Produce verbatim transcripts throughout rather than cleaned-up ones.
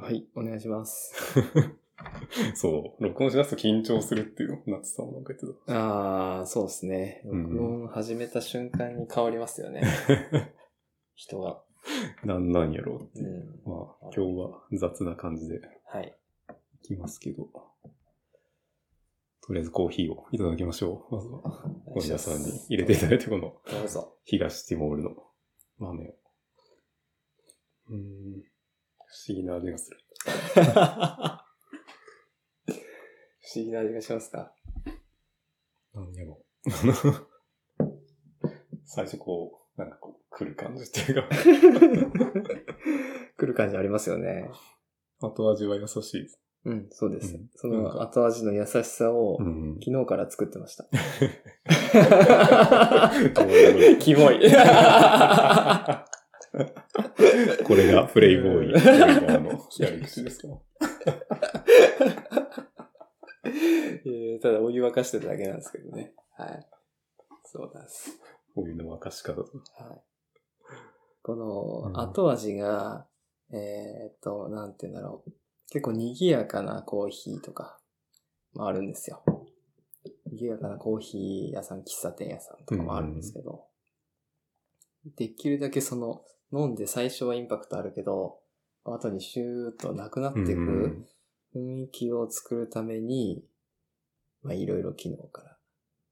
はい、お願いします。 そう、録音しだすと緊張するっていうの、ナツさんもなんか言ってた。 ああ、そうですね。録音始めた瞬間に変わりますよね。人が。 なんなんやろうっていう。 うん、 まあ、今日は雑な感じで。 はい。 いきますけど。とりあえずコーヒーをいただきましょう。まずは。森田さんに入れていただいて、この、 どうぞ。 東ティモールの豆を。うーん、不思議な味がする。 不思議な味がしますか？ なんやろ。最初こう、なんかこう、来る感じっていうか。 来る感じありますよね。 後味は優しいです。 うん、そうです。 うん、 その後味の優しさを、昨日から作ってました。キモい。 これがプレイボーイのやり口ですか？ えー、ただお湯沸かしてるだけなんですけどね。はい。そうなんです。 お湯の沸かし方と。はい。 この後味が、うん、えー、っと、なんて言うんだろう。結構賑やかなコーヒーとかもあるんですよ。賑やかなコーヒー屋さん、喫茶店屋さんとかもあるんですけど、うん、できるだけその、飲んで最初はインパクトあるけど、後にシューッとなくなっていく雰囲気を作るために、まあいろいろ昨日から。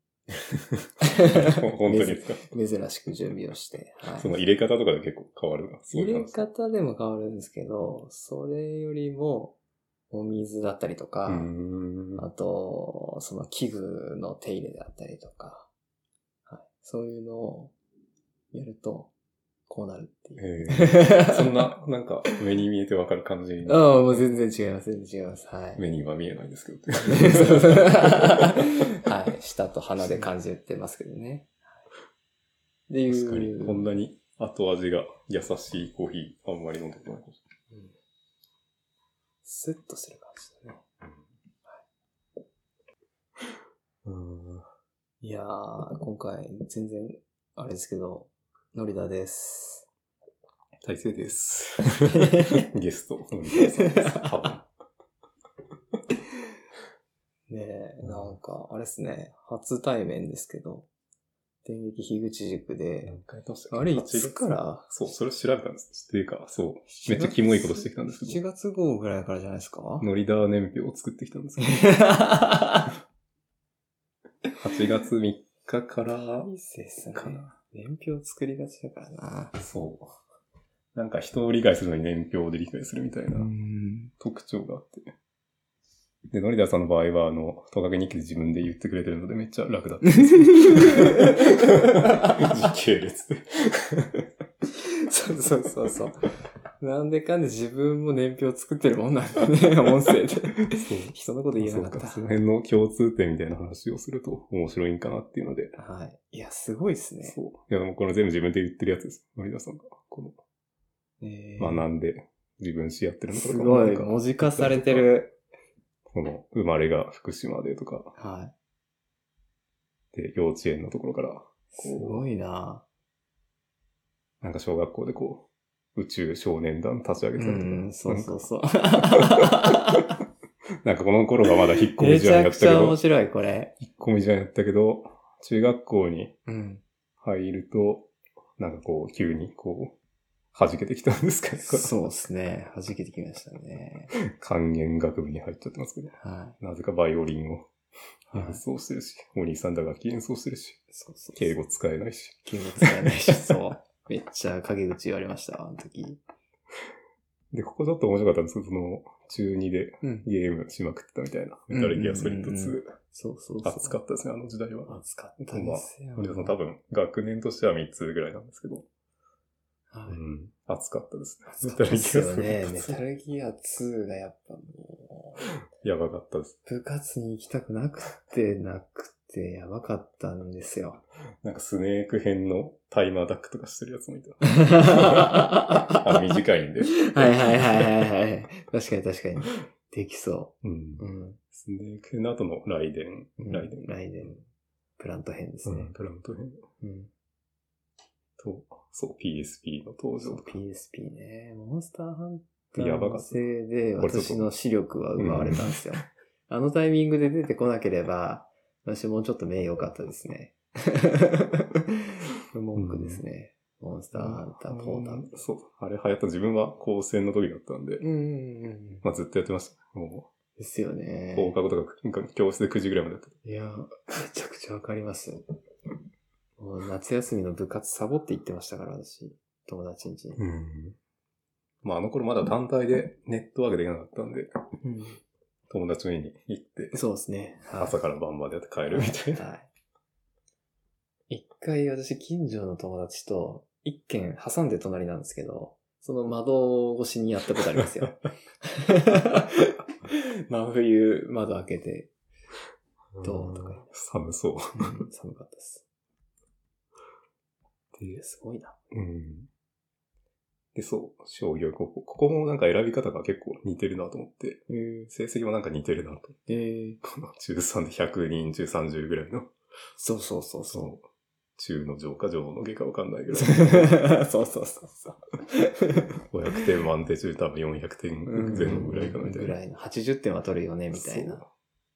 本当にですか？ 珍しく準備をして。 はい、その入れ方とかで結構変わるな。 入れ方でも変わるんですけど、それよりも、お水だったりとか、あと、その器具の手入れであったりとか、はい、そういうのをやると、こうなるっていう。 えー、そんな、なんか、目に見えてわかる感じに。 ああ、もう全然違います、全然違います。はい。 目には見えないですけど。 はい。舌と鼻で感じてますけどね。 っていう。確かに、こんなに後味が優しいコーヒー、あんまり飲んでこないかもしれない。うん、 スッとする感じだね。 うん、 いやー、今回、全然、あれですけど、ノリダです。 大勢です。ゲスト、ノリダさんです。多分。 ねえ、なんか、あれですね、初対面ですけど、電撃樋口塾で、あれいつからそう、それ調べたんです。っていうか、そう。めっちゃキモいことしてきたんですけど。 しちがつ号ぐらいからじゃないですか？ ノリダー年表を作ってきたんですけど。はちがつみっかから、 いいっすね。年表作りがちだからな。 そう。なんか人を理解するのに年表で理解するみたいな特徴があって。で、ノリダーさんの場合は、あの、トカゲ日記で自分で言ってくれてるのでめっちゃ楽だったんですよ。時系列で。 そうそうそうそう。なんでかんで自分も年表作ってるもんなんだね、音声で。そう。人のこと言えなかった。 その辺の共通点みたいな話をすると面白いんかなっていうので。 はい。いや、すごいですね。 そう。いや、でもこれ全部自分で言ってるやつです。ノリダーさんが。この、えー、学んで自分しやってるのかすごい、文字化されてる。 この、生まれが福島でとか。 はい。 で、幼稚園のところから。 すごいな。 なんか小学校でこう、宇宙少年団立ち上げてたりとか。うん、 そうそうそう。 なんかこの頃がまだ引っ込み思案やったけど。めちゃくちゃ面白い、これ。 引っ込み思案やったけど、中学校に入ると、うん、なんかこう、急にこう、弾けてきたんですかね。 そうですね。弾けてきましたね。 管弦楽部に入っちゃってますけど。 はい。 なぜかバイオリンを演奏してるし、はい、お兄さん打楽器演奏してるし、そうそうそう、敬語使えないし。 敬語使えないし、そう。めっちゃ陰口言われました、あの時。 で、ここちょっと面白かったんですけど、その、中にでゲームしまくってたみたいな。メタルギアソリッドツー。 そうそうそう。 熱かったですね、あの時代は。 熱かったですよ。 まあ、森田さん多分、学年としてはみっつぐらいなんですけど。はい。うん。熱かったですね。 熱かったですよね。メタルギアツーがやっぱもう。やばかったです。 部活に行きたくなくてなくてやばかったんですよ。 なんかスネーク編のタイマーダックとかしてるやつもいた。あ、短いんで。 はいはいはいはいはい。確かに確かに。できそう。うん。 うん、スネーク編の後のライデン。 うん、ライデン。ライデン。プラント編ですね。 うん、プラント編。 うん。 と、そう、ピーエスピー の登場とか。 ピーエスピー ね。モンスターハンやばかった。 せいで私の視力は奪われたんですよ。あのタイミングで出てこなければ、私もうちょっと名誉かったですね。文句ですね。うん、モンスターハンターポータブル。 そう。あれ流行った自分は高専の時だったんで、 うんうんうん、 まあずっとやってました。もう。ですよね。 放課後とか教室でくじぐらいまでやってた。 いや、めちゃくちゃわかります。もう夏休みの部活サボって行ってましたから、私。友達ん家に。 うん。まああの頃まだ単体でネットワークできなかったんで、うん、友達の家に行って、 そうですね。 はい、朝から晩までやって帰るみたいな。はい。 一回私近所の友達と一軒挟んで隣なんですけど、その窓越しにやったことありますよ。真冬窓開けて、どうとか。 寒そう、 うん。寒かったです。ですごいな。 うん。で、そう、商業高校。ここもなんか選び方が結構似てるなと思って、えー、成績もなんか似てるなと。えー、この中さんでひゃくにん中さんじゅうぐらいの。 そうそうそうそう。そう中の上か上の下かわかんないぐらい。そうそうそうそう。 ごひゃくてん満点中多分よんひゃくてん前後ぐらいかなみたいな。 ぐらいの。はちじゅってんは取るよね、みたいな。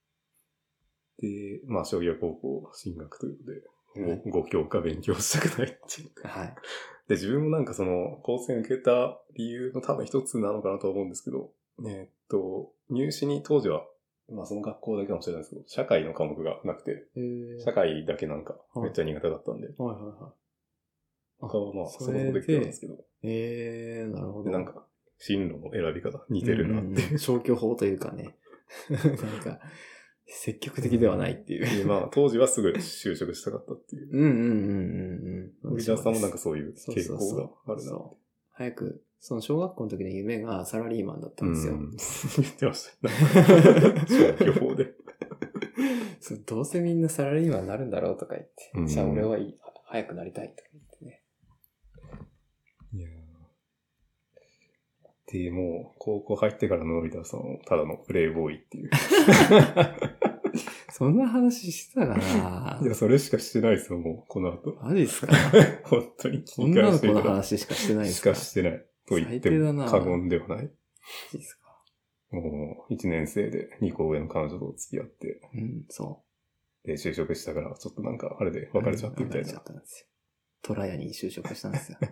で、まあ、商業高校進学ということで、ご教科勉強したくないっていう。はい。で、自分もなんかその、高専受けた理由の多分一つなのかなと思うんですけど、えー、っと、入試に当時は、まあその学校だけかもしれないですけど、社会の科目がなくて、社会だけなんかめっちゃ苦手だったんで、はいはいはい。他はまあそもそもできてたんですけど、えー、なるほど。で、なんか、進路の選び方似てるなって、うんうんうん。 消去法というかね。なんか、積極的ではないっていう。 まあ、当時はすぐ就職したかったっていう。 うんうんうんうんうん。 森田さんもなんかそういう傾向があるな。そうそうそう。 早く、その小学校の時の夢がサラリーマンだったんですよ。うん、 言ってましたね。消去法でそう。どうせみんなサラリーマンになるんだろうとか言って。うん、じゃあ俺はいい、早くなりたいとか言ってね。 いやで、もう、高校入ってからの森田さんをただのプレイボーイっていう。 そんな話してたかないや、それしかしてないですよ、もう、この後。 マジですか本当に聞き返して女の子の話しかしてないですかしかしてない。と言っても過言ではない。マジですかもう、一年生で二個上の彼女と付き合って。 うん、そう。 で、就職したから、ちょっとなんか、あれで別れちゃってみたいな。 別れちゃったんですよ。トラヤに就職したんですよ。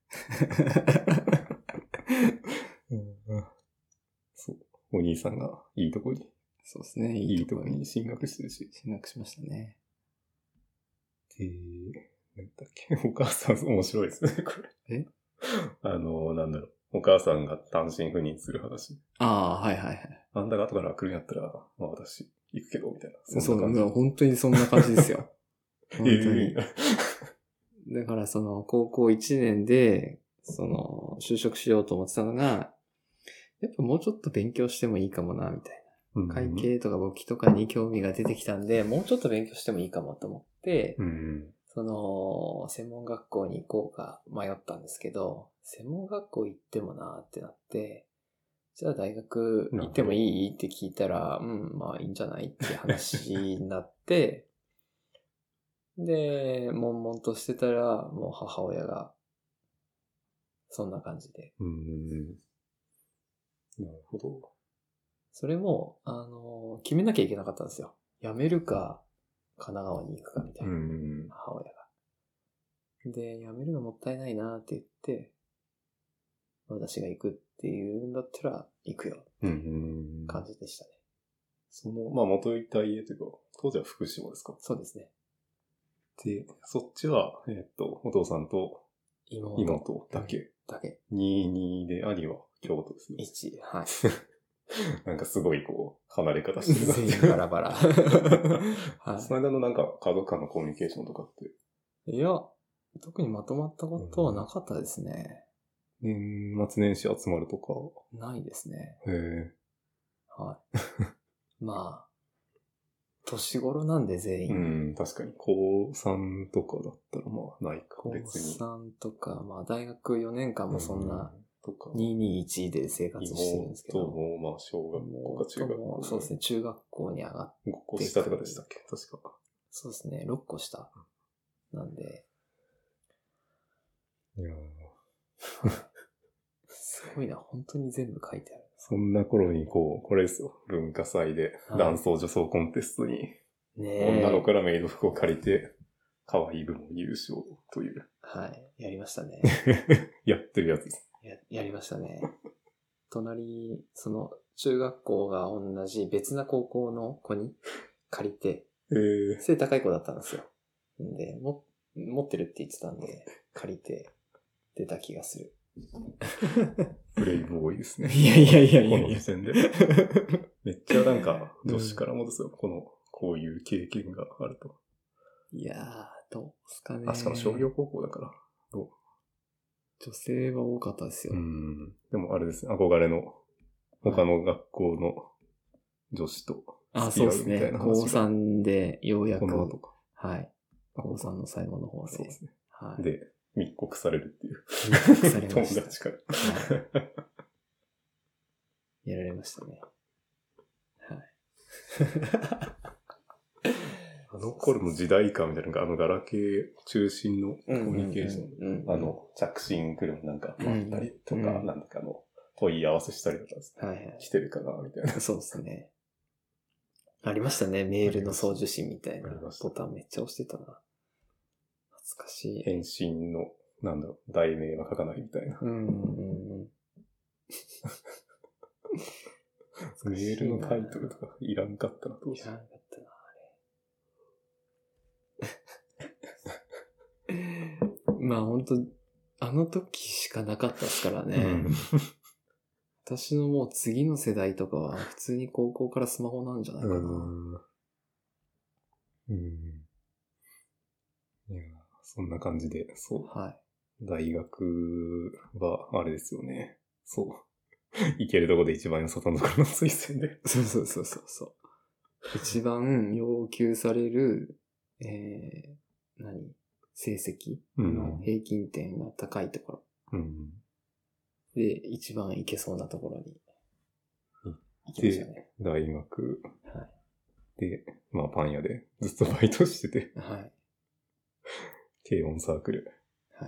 うんそう。お兄さんがいいとこに。 そうですね。 いいとこに進学してるし。 進学しましたね。 で、なんだっけ、お母さん面白いですね、これ。 えあの、なんだろう。お母さんが単身赴任する話。 ああ、はいはいはい。 あんたが後から来るんやったら、まあ私、行くけど、みたいな。 そんな感じ。そう、本当にそんな感じですよ。本当に。だからその、高校いちねんで、その、就職しようと思ってたのが、やっぱもうちょっと勉強してもいいかもな、みたいな。会計とか簿記とかに興味が出てきたんで、もうちょっと勉強してもいいかもと思って、うん、その、専門学校に行こうか迷ったんですけど、専門学校行ってもなーってなって、じゃあ大学行ってもいいって聞いたら、うん、まあいいんじゃないって話になって、で、悶々としてたら、もう母親が、そんな感じで。 うーん。なるほど。 それも、あの、決めなきゃいけなかったんですよ。辞めるか、神奈川に行くかみたいな。母親が。で、辞めるのもったいないなって言って、私が行くっていうんだったら行くよっていう感じでしたね。 その、まあ元いた家というか、当時は福島ですか？ そうですね。 で、そっちは、えー、っと、お父さんと妹, 妹だけ。 だけ。 に、にで、兄は京都ですね。 いち、はい。 なんかすごいこう、離れ方してる。 全員バラバラ。 はい。その間のなんか家族間のコミュニケーションとかって。 いや、特にまとまったことはなかったですね。 年末年始集まるとかないですね。 へえ。 はい。まあ、年頃なんで全員。 うん、確かに。高さんとかだったらまあないか、別に。 高さんとか、まあ大学よねんかんもそんな、ににいちで生活してるんですけど。 妹もまあ小学校か中学校。 そうですね、中学校に上がって。 ごこ下とかでしたっけ確か。 そうですね、ろっこ下。なんで。 いやすごいな、本当に全部書いてある。 そんな頃にこう、これですよ。文化祭で男装女装コンテストに、ね、女の子からメイド服を借りて、可愛い部門優勝という。 はい。やりましたね。 やってるやつです。 や、やりましたね。隣、その、中学校が同じ別な高校の子に借りて、えー、背高い子だったんですよ。で、も、持ってるって言ってたんで、借りて出た気がする。 プレイボーイですね。 いやいやいやいやいや。 この時点で。めっちゃなんか、女子からもですよ。うん、この、こういう経験があると。 いやー、どうすかね。 あ、しかも商業高校だから。どう女性は多かったですよ。 うん。でもあれですね、憧れの、他の学校の女子と付き合うみたいな話が。あ、そうですね。こうさんでようやく。この後か。はい。こうさんの最後の方で。そうですね。はい。で、密告されるっていう。密告されました。友達から。はい。 やられましたね。はい。 あの頃の時代感みたいなのが、あのガラケー中心のコミュニケーション。あの、着信来るのなんか待ったりとか、うんうん、なんだかあの、問い合わせしたりとか、はいはい、来てるかなみたいな。 そうですね。ありましたね。メールの送受信みたいなボタンめっちゃ押してたな。懐かしい。 返信の、なんだろう、題名は書かないみたいな。うんうんうん、メールのタイトルとかいらんかったな、どうしよう。いらんかったな、 あれ。まあ本当あの時しかなかったですからね。うん、私のもう次の世代とかは普通に高校からスマホなんじゃないかな。うん。 うん。いや、そんな感じで、そう。はい。大学は、あれですよね。そう。行けるとこで一番良さそうなところの推薦で。 そうそうそうそうそう。一番要求される、えー、何成績の平均点が高いところ。うん。で、一番行けそうなところに行きましたね。で、大学。はい。で、まあパン屋でずっとバイトしてて。はい。軽音サークル。はい。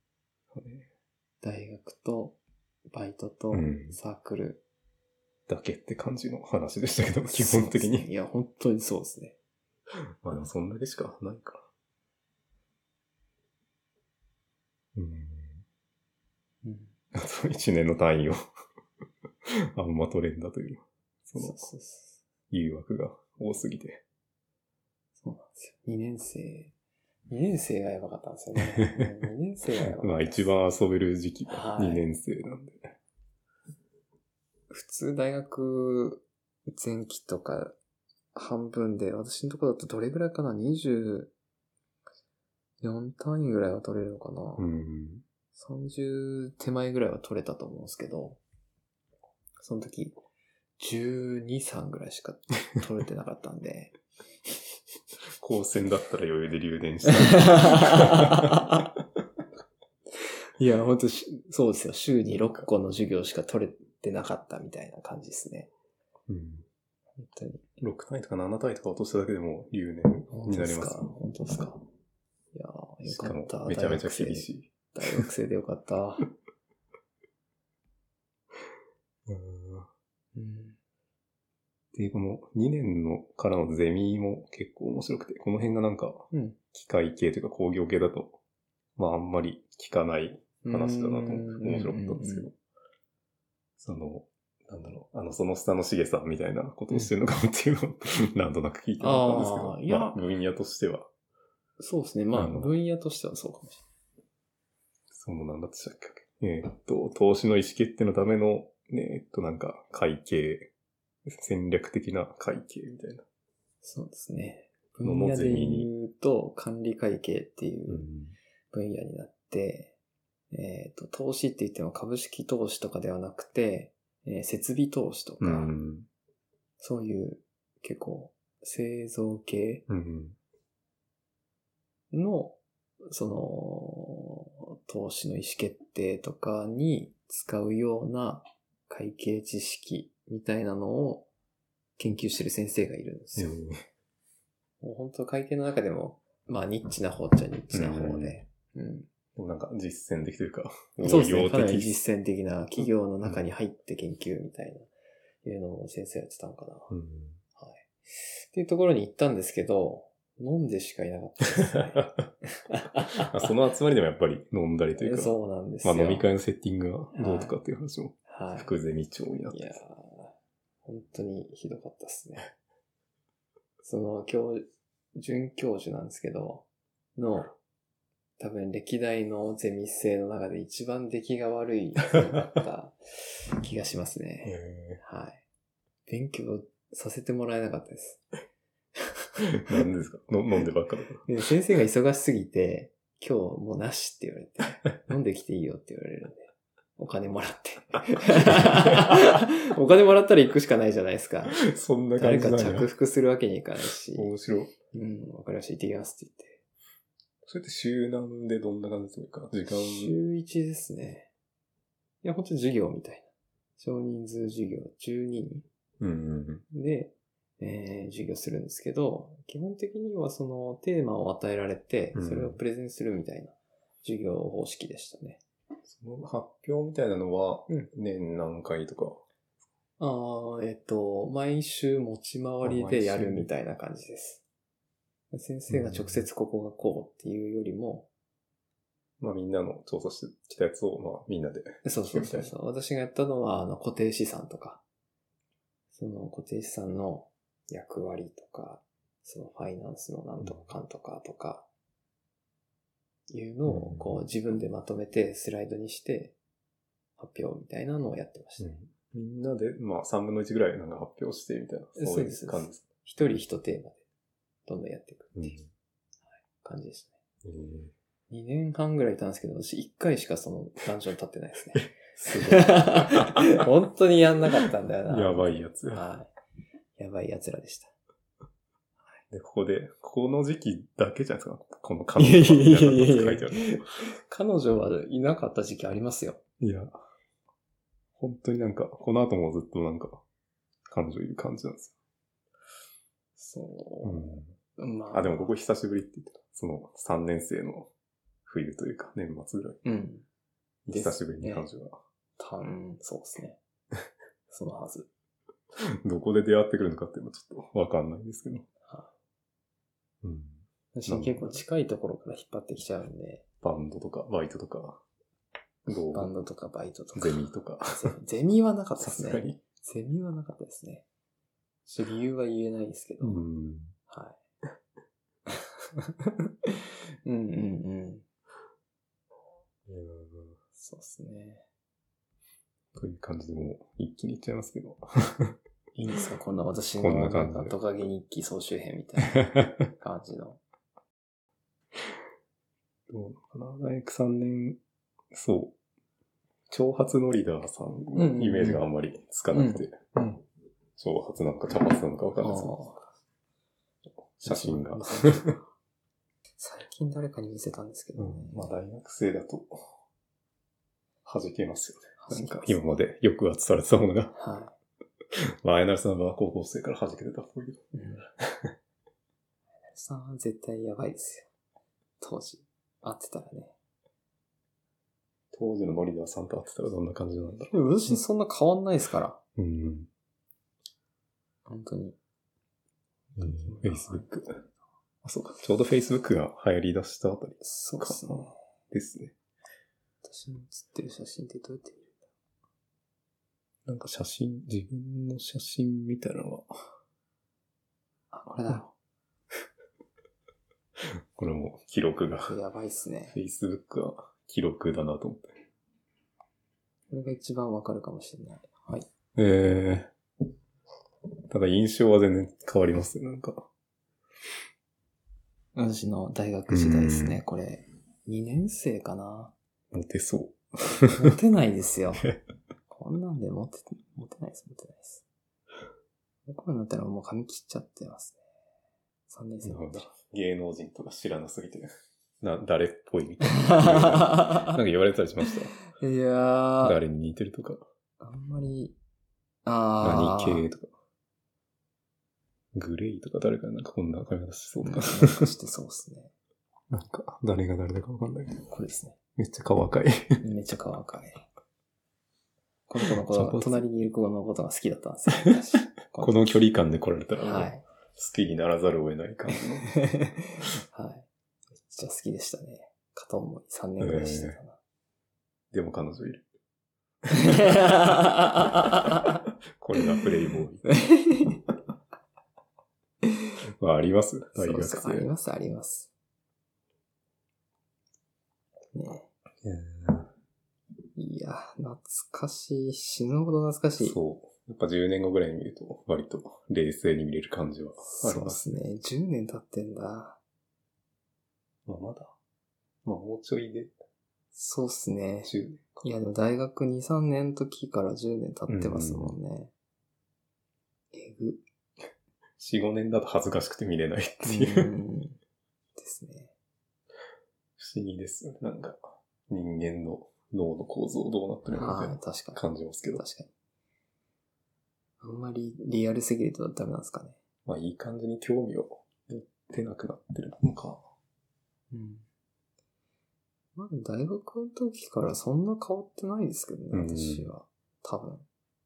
大学と、バイトと、サークル、 うん。だけって感じの話でしたけど、基本的に。 ね、いや、本当にそうですね。 まあでもそんだけしかないか。うん。うん。あといちねんの単位をあんま取れんだという、その、誘惑が多すぎて。 そうなんですよ。にねん生、にねん生がやばかったんですよね。にねん生がやばかった。 まあ一番遊べる時期がにねん生なんで。はい、 普通大学前期とか半分で、私のところだとどれぐらいかな ?にじゅうよん 単位ぐらいは取れるのかな、うん、さんじゅう手前ぐらいは取れたと思うんですけど、その時、じゅうに、さんぐらいしか取れてなかったんで。 高専だったら余裕で留年した。 いや、ほんと、そうですよ。週にろっこの授業しか取れてなかったみたいな感じですね。うん。 本当に。ろく単位とかなな単位とか落としただけでも留年になります。 本当ですか。いやー、よかった。 めちゃめちゃ厳しい。 大学生でよかった。 うん、で、このにねんのからのゼミも結構面白くて、この辺がなんか、機械系というか工業系だと、まああんまり聞かない話だなと思って面白かったんですけど、その、なんだろう、あの、その下のしげさんみたいなことをしてるのかもっていうのを、なんとなく聞いてもらったんですけど、あいやまあ分野としては。 そうですね、まあ分野としてはそうかもしれない。 そのなんだってしたっけえー、っと、投資の意思決定のための、ね、えっと、なんか、会計、戦略的な会計みたいな。 そうですね。分野で言うと、管理会計っていう分野になって、うん、えっと、投資って言っても株式投資とかではなくて、えー、設備投資とか、うん、そういう結構製造系の、その、投資の意思決定とかに使うような会計知識みたいなのを研究してる先生がいるんですよ。うん、もう本当会計の中でも、まあニッチな方っちゃニッチな方で、うんうん、 でもなんか実践的というか、 そうですね。かなり実践的な企業の中に入って研究みたいな、いうのを先生やってたのかな。うん、はい。っていうところに行ったんですけど、飲んでしかいなかったですね。 その集まりでもやっぱり飲んだりというか、 そうなんですよ。 まあ飲み会のセッティングがどうとかっていう話も、はい、副ゼミ長になって、 いやー、本当にひどかったですね。その教、准教授なんですけど、の、多分歴代のゼミ生の中で一番出来が悪いだった気がしますね。はい。勉強させてもらえなかったです。 何ですかの飲んでばっかだから。 先生が忙しすぎて、今日もうなしって言われて、飲んできていいよって言われるんで、お金もらって。お金もらったら行くしかないじゃないですか。 そんな感じだね。 誰か着服するわけにいかないし。 面白い。 うん、わかりました。行ってきますって言って。 それって週何でどんな感じですか？時間週いちですね。いや、本当に授業みたいな。少人数授業じゅうににん、うんうんうん、で、えー、授業するんですけど、基本的にはそのテーマを与えられて、それをプレゼンするみたいな授業方式でしたね。 その発表みたいなのは、年何回とか、 うん、ああ、えっと、毎週持ち回りでやるみたいな感じです。先生が直接ここがこうっていうよりも、 うん、まあみんなの調査してきたやつをまあみんなで。 そうそうそうそう。私がやったのはあの固定資産とか、その固定資産の役割とか、そのファイナンスのなんとかかんとかとか、いうのをこう自分でまとめてスライドにして発表みたいなのをやってました、ねうん。みんなでまあさんぶんのいちぐらいなんか発表してみたいな。そういう感じですか？ 一人一テーマでどんどんやっていくっていう、うんはい、感じですね。にねんはんぐらいいたんですけど、私いっかいしかそのダンジョン立ってないですね。すごい。本当にやんなかったんだよな。 やばいやつ。 はい。やばい奴らでした。 で、ここで、この時期だけじゃないですか。この彼女がいなかったって書いてある。 彼女はいなかった時期ありますよ。 いや、本当になんか、この後もずっとなんか、彼女いる感じなんですよ。 そう。 うん、まあ、あ、でもここ久しぶりって言ってた。そのさんねん生の冬というか、年末ぐらい。うん。久しぶりに彼女が。 多分、そうですね。そのはず。 どこで出会ってくるのかっていうのはちょっとわかんないんですけど。 うん、私結構近いところから引っ張ってきちゃうんで。 バンドとかバイトとか。 バンドとかバイトとか。 ゼミとか。 ゼミはなかったですね。さすがに。ゼミはなかったですね。理由は言えないですけど。うん、はい。うんうんうん。そうですね。 という感じでもう一気にいっちゃいますけど。 いいんですかこんな私のなんかトカゲ日記総集編みたいな感じの。 どうかな大学さんねん、そう。長髪のリーダーさんのイメージがあんまりつかなくて。うんうん、長髪なんか茶髪なのかわかんないですけど。写真が。 最近誰かに見せたんですけど、ねうん、まあ大学生だと、弾けますよね。なんか今まで抑圧されてたものが。はい。まあ、あやなるさんは高校生から弾けてたっぽいけど。うん。あやなるさんは絶対やばいですよ。当時。会ってたらね。 当時のノリダーさんと会ってたらどんな感じなんだろう。 でも私そんな変わんないですから。 うん。 本当に。 うん。Facebook。あ、そうか。ちょうど Facebook が流行り出したあたり。 そうですね。 ですね。 私の写ってる写真ってどうやって見るんだろう。なんか写真、自分の写真みたいなのは。 あ、これだ。 これも記録が。 やばいっすね。 Facebook は記録だなと思って。 これが一番わかるかもしれない。はい。 えー。ただ印象は全然変わりますね、なんか。 私の大学時代ですね、これ。にねん生かな。 モテそう。 モテないですよ。こんなんでモテ、モテないです、モテないです。こういうのだったらもう髪切っちゃってますね。さんねん生だったら。 芸能人とか知らなすぎて、な、誰っぽいみたいな。なんか言われたりしました。 いやー。 誰に似てるとか。 あんまり、あー。何系とか。グレイとか誰かなんかこんな髪型しそうとか。 なんかしてそうですね。 なんか、誰が誰だかわかんないけど。 これですね。 めっちゃ顔赤い。 めっちゃ顔赤い。この子のことが、隣にいる子のことが好きだったんですよ。 この距離感で来られたら、 はい。 好きにならざるを得ない感じの。 はい。めっちゃ好きでしたね。片思いさんねんぐらいしてたな。えー、 でも彼女いる。これがプレイボーイ。まあ、あります大学生。 そうそう、あります、あります。ねえ。いや、懐かしい。死ぬほど懐かしい。 そう。やっぱじゅうねんごぐらいに見ると、割と冷静に見れる感じはあります。 そうですね。じゅうねん経ってんだ。 まあ、まだ。まあ、もうちょいで。 そうっすね。 じゅうねんか。 いや、でも大学に、さんねんの時からじゅうねん経ってますもんね。えぐ。 よん、ごねんだと恥ずかしくて見れないっていう。うんですね。 不思議です。なんか、人間の脳の構造どうなってるのかみたいな感じますけど。 確かに。あんまりリアルすぎるとダメなんですかね。 まあいい感じに興味を持ってなくなってるのか。 うん。まあ大学の時からそんな変わってないですけどね、私は。多分。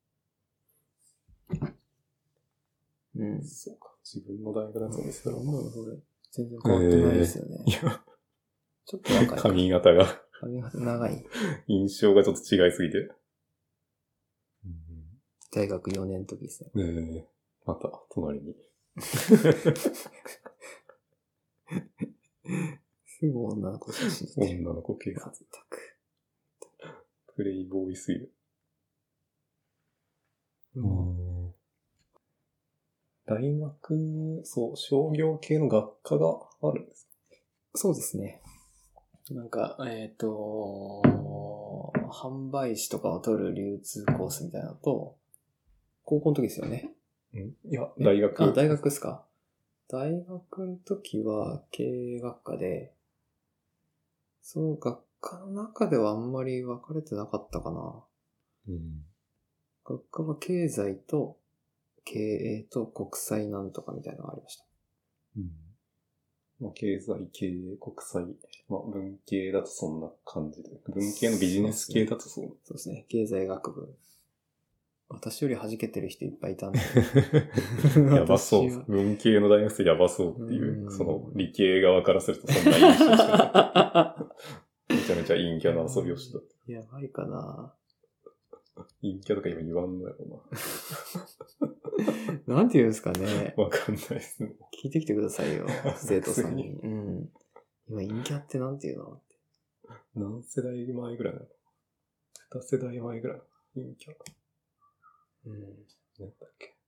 うん。 そうか。自分の大学だと見せたら。 もうそれ、全然変わってないですよね。 えー、いや。 ちょっと若い。 髪型が。 髪型長い。 印象がちょっと違いすぎて。 大学よねんの時ですね。 えー、また、隣に。 すぐ女の子写真してる。女の子警察。 全く。 プレイボーイすぎる。うん。大学、そう、商業系の学科があるんですか？ そうですね。なんか、えっと、販売士とかを取る流通コースみたいなのと、高校の時ですよね。 うん、いや、大学。 あ、大学ですか。大学の時は経営学科で、その学科の中ではあんまり分かれてなかったかな。うん、学科は経済と経営と国際なんとかみたいなのがありました。 うんまあ、経済、経営、国際、まあ、文系だとそんな感じで。文系のビジネス系だとそう。 そうですね。経済学部。私より弾けてる人いっぱいいたんで。 やばそう。文系の大学生やばそうっていう、うその理系側からするとそんな印象しかない。めちゃめちゃ陰キャな遊びをした。 やばいかな。 陰キャとか今言わんのやろな。なんて言うんですかね。 わかんないですね。 聞いてきてくださいよ、生徒さんに。うん。今陰キャってなんて言うのって。 何世代前ぐらいなの？二世代前ぐらいの陰キャ。うん。なんだっけ。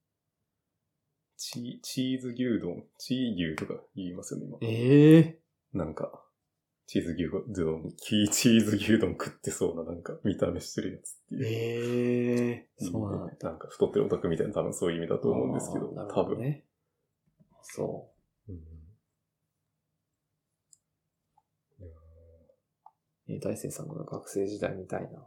チ、チーズ牛丼、チー牛とか言いますよね、今。 ええー。なんか、チーズ牛丼、チーズ牛丼食ってそうな、なんか、見た目してるやつっていう。 ええー。そうなんだ。なんか、太ってるオタクみたいな多分そういう意味だと思うんですけど、 どね、 多分。 そう。うん。えー、大生さんの学生時代みたいな。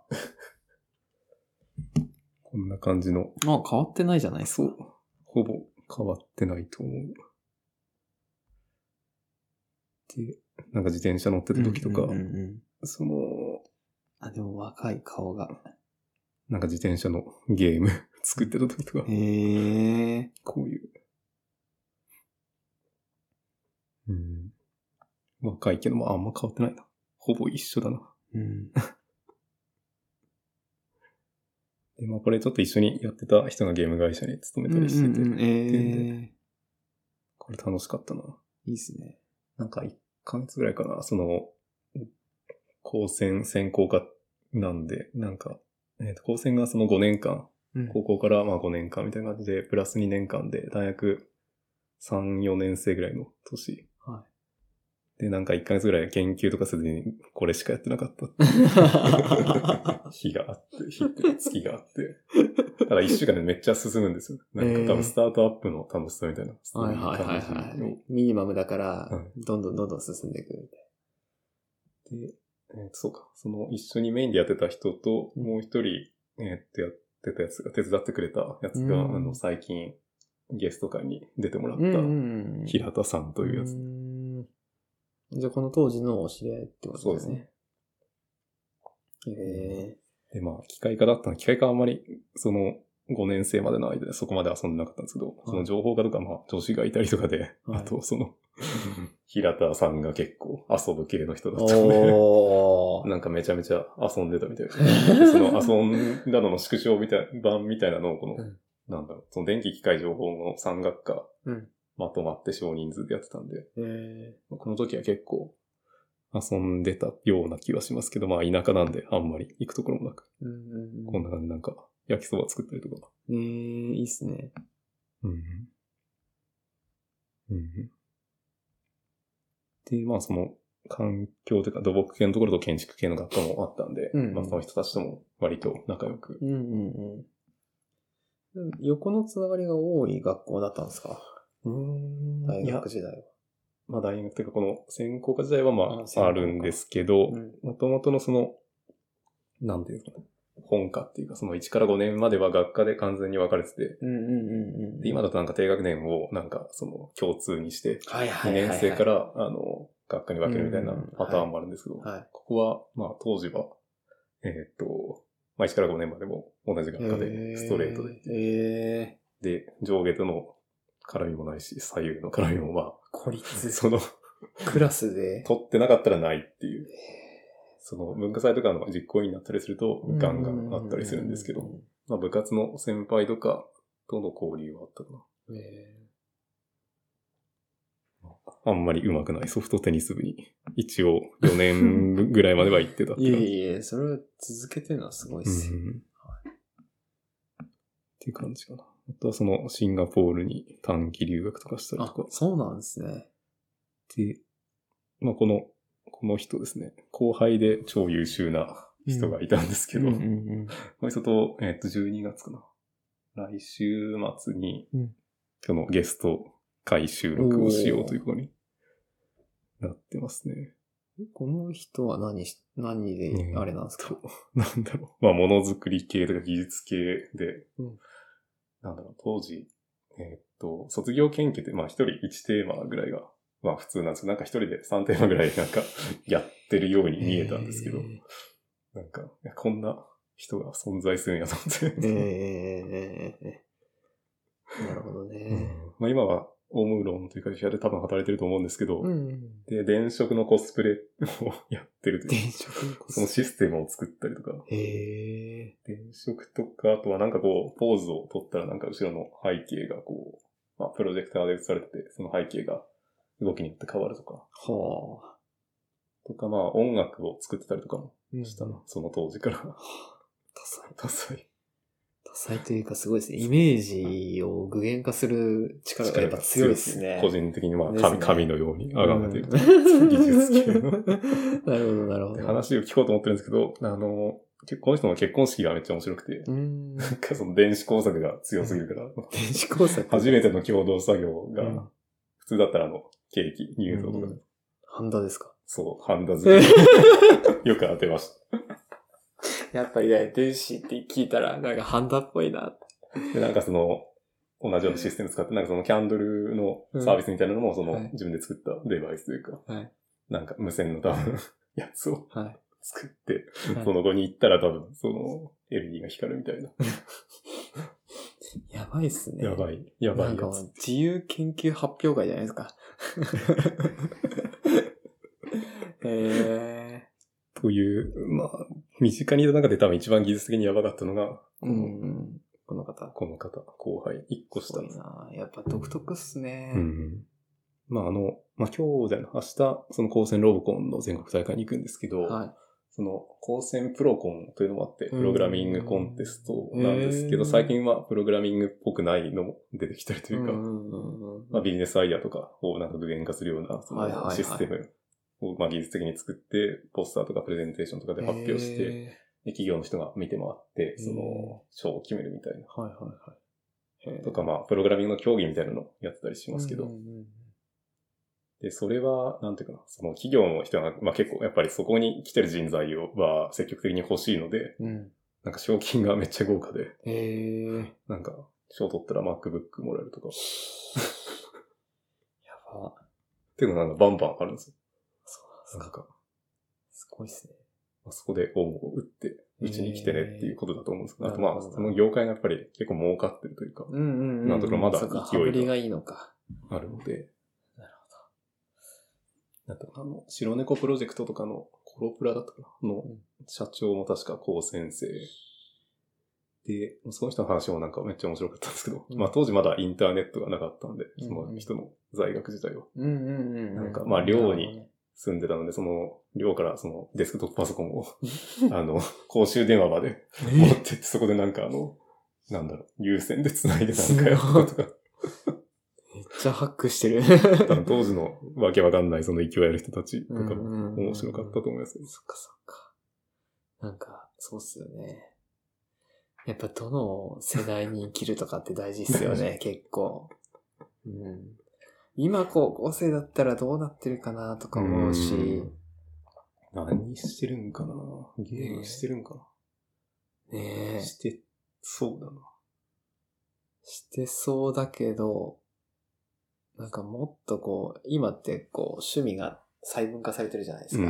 こんな感じの。 あ、変わってないじゃないですか。 そう。ほぼ変わってないと思う。で、なんか自転車乗ってた時とか、うんうんうんうん、その、 あ、でも若い顔が。 なんか自転車のゲーム作ってた時とか。 へー。 こういう。うん。若いけど、まああんま変わってないな。ほぼ一緒だな。うん。で、まあこれちょっと一緒にやってた人がゲーム会社に勤めたりしてて。うんうんうん、えー。これ楽しかったな。 いいっすね。 なんかいっかげつぐらいかな、その、高専専攻科なんで、なんか、えーと、高専がそのごねんかん、うん、高校からまあごねんかんみたいな感じで、プラスにねんかんで、大学さん、よねん生ぐらいの年。はい。で、なんかいっかげつぐらい研究とかせずに、これしかやってなかったって日があって、日って月があって。だからいっしゅうかんでめっちゃ進むんですよ。なんか多分スタートアップの楽しさみたいな。 はいはいはいはい。ミニマムだから、どんどんどんどん進んでいくみたいな。 で、えー、そうか。その一緒にメインでやってた人と、もう一人、えー、っとやってたやつが、手伝ってくれたやつが、あの、最近ゲスト会に出てもらった、平田さんというやつ。 じゃあこの当時のお知り合いってことですね。 へで、まあ、機械科だったの。機械科はあんまり、その、ごねん生までの間でそこまで遊んでなかったんですけど、はい、その情報科とか、まあ、女子がいたりとかで、はい、あと、その、平田さんが結構遊ぶ系の人だったので、なんかめちゃめちゃ遊んでたみたいな。で、その遊んだのの縮小みたいな、版みたいなのをこの、うん、なんだろう、その電気機械情報のさん学科、うん、まとまって少人数でやってたんで、えー、この時は結構遊んでたような気はしますけど、まあ田舎なんであんまり行くところもなく、うんうんうん、こんな感じでなんか焼きそば作ったりとか。 えー、いいっすね。うん。 うん。で、まあその環境というか土木系のところと建築系の学科もあったんで、うんうん、まあその人たちとも割と仲良く。うんうんうん、横のつながりが多い学校だったんですか？うーん、大学時代は。 まあ大学というかこの専攻科時代はまあ あ, あるんですけど、もともとのその、なんていうんですかね、本科っていうかそのいちからごねんまでは学科で完全に分かれてて、うんうんうんうん、で今だとなんか低学年をなんかその共通にして、にねん生からあの学科に分けるみたいなパターンもあるんですけど、はいはい、ここはまあ当時は、えー、っと、まあいちからごねんまでも同じ学科でストレートで、えー、で、上下との絡みもないし、左右の絡みもまあ、 孤立。 その、 クラスで取ってなかったらないっていう。その文化祭とかの実行委員になったりするとガンガンあったりするんですけど、まあ部活の先輩とかとの交流はあったかな。えー、あんまり上手くないソフトテニス部に一応よねんぐらいまでは行ってたっていえいえ、それを続けてるのはすごいっすよ。うん、はい、 っていう感じかな。あとはそのシンガポールに短期留学とかしたりとか。 あ、そうなんですね。 で、まあこの、この人ですね。後輩で超優秀な人がいたんですけど、うんうんうんうん、この人と、えっと、じゅうにがつかな。来週末に、今日のゲスト会収録をしようということになってますね。 この人は何し、何であれなんですか、 うん、なんだろう。まあ、ものづくり系とか技術系で、うん、なんだろう、当時、えー、っと、卒業研究って、まあ、一人いちテーマぐらいが、まあ、普通なんですけど、なんか一人でさんテーマぐらいなんか、やってるように見えたんですけど、なんか、いやこんな人が存在するんやと思って。えー、なるほどね。 うん、まあ、今は、オムロンという会社で多分働いてると思うんですけど、うん、で、電飾のコスプレをやってるという。 電飾のコスプレそのシステムを作ったりとか。へー。電飾とか、あとはなんかこう、ポーズを取ったらなんか後ろの背景がこう、まあ、プロジェクターで映されてて、その背景が動きによって変わるとか。はあ。とか、まあ、音楽を作ってたりとかもしたな、うん、その当時から。多彩。 多彩。 多彩というかすごいですね。イメージを具現化する力がやっぱ強いですね。 個人的にまあ神、ね、神のように崇めている、うん、技術系の。 なるほど、なるほど。 話を聞こうと思ってるんですけど、あの、この人の結婚式がめっちゃ面白くて、うんなんかその電子工作が強すぎるから、 電子工作初めての共同作業が、うん、普通だったらあの、ケーキ、入刀とか、うん。 ハンダですか？ そう、ハンダ付け。よく当てました。 やっぱりね、電子って聞いたら、なんかハンダっぽいな。 で、なんかその、同じようなシステム使って、なんかそのキャンドルのサービスみたいなのも、その、自分で作ったデバイスというか、はい、なんか無線の多分、やつを作って、はい、その後に行ったら多分、その、エルイーディー が光るみたいな。 やばいっすね。 やばい。やばいやつ。 なんか自由研究発表会じゃないですか。 へー。という、まあ、身近にいた中で多分一番技術的にやばかったのが、 うん、この方。 この方、後輩、一個下。 すごいな。やっぱ独特っすね。 うん。まああの、まあ今日じゃない、明日、その高専ロボコンの全国大会に行くんですけど、はい、その高専プロコンというのもあって、プログラミングコンテストなんですけど、最近はプログラミングっぽくないのも出てきたりというか、まあビジネスアイデアとかをなんか具現化するような、そのシステムをまあ技術的に作って、ポスターとかプレゼンテーションとかで発表して、で企業の人が見て回って、その賞を決めるみたいな。はいはいはい。とかまあ、プログラミングの競技みたいなのをやってたりしますけど、うんうんうん、で、それは、なんていうかな、その企業の人が、まあ結構やっぱりそこに来てる人材をは積極的に欲しいので、うん、なんか賞金がめっちゃ豪華で、へー、なんか賞取ったら MacBook もらえるとか。やば。っていうのがなんかバンバンあるんですよ。 そうなんですか。なんか。すごいっすね。 そこで恩を打って、うちに来てねっていうことだと思うんですけど、あとまあ、 なるほどその業界がやっぱり結構儲かってるというか、 うんうんうんうん。 今のところまだ勢いがそうか、羽振りがいいのか。 あるので、 なるあとあの、白猫プロジェクトとかのコロプラだったかなの社長も確か高先生で、その人の話もなんかめっちゃ面白かったんですけど、うん、まあ当時まだインターネットがなかったんで、その人の在学自体は。 うんうんうん。 なんかまあ寮に住んでたので、その寮からそのデスクトップパソコンを、あの、公衆電話まで持ってって、そこでなんかあの、なんだろう、有線で繋いでなんかやったとか。 めっちゃハックしてる。 多分当時のわけわかんないその勢いある人たちとかも面白かったと思います、ね。 そっかそっか。なんか、そうっすよね。やっぱどの世代に生きるとかって大事っすよね、結構。うん、今高校生だったらどうなってるかなとか思うし。 何してるんかな、ゲームしてるんかな。 ねえ。 してそうだな。 してそうだけど、なんかもっとこう、今ってこう趣味が細分化されてるじゃないですか。うん、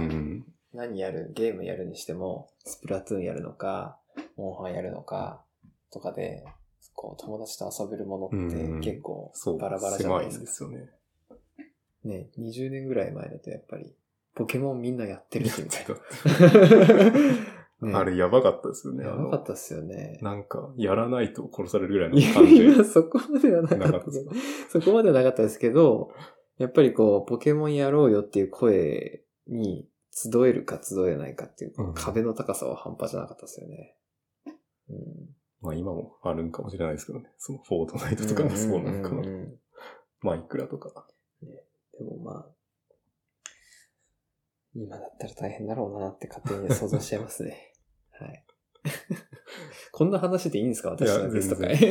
何やる、ゲームやるにしても、スプラトゥーンやるのか、モンハンやるのか、とかで、こう友達と遊べるものって結構バラバラじゃないですか。 そう、狭いんですよね。ね、にじゅうねんぐらい前だとやっぱり、ポケモンみんなやってるしみたいな。ね、あれやばかったですよね。 やばかったですよね。 なんか、やらないと殺されるぐらいの感じ。 いや、そこまではなかったです。そこまではなかったですけど、やっぱりこう、ポケモンやろうよっていう声に集えるか集えないかっていう、うん、壁の高さは半端じゃなかったですよね。うん、 まあ今もあるんかもしれないですけどね。そのフォートナイトとかもそうなんかな。マイクラとか、 ね。でもまあ、今だったら大変だろうなって勝手に想像しちゃいますね。はい。こんな話でいいんですか、私のゲスト会。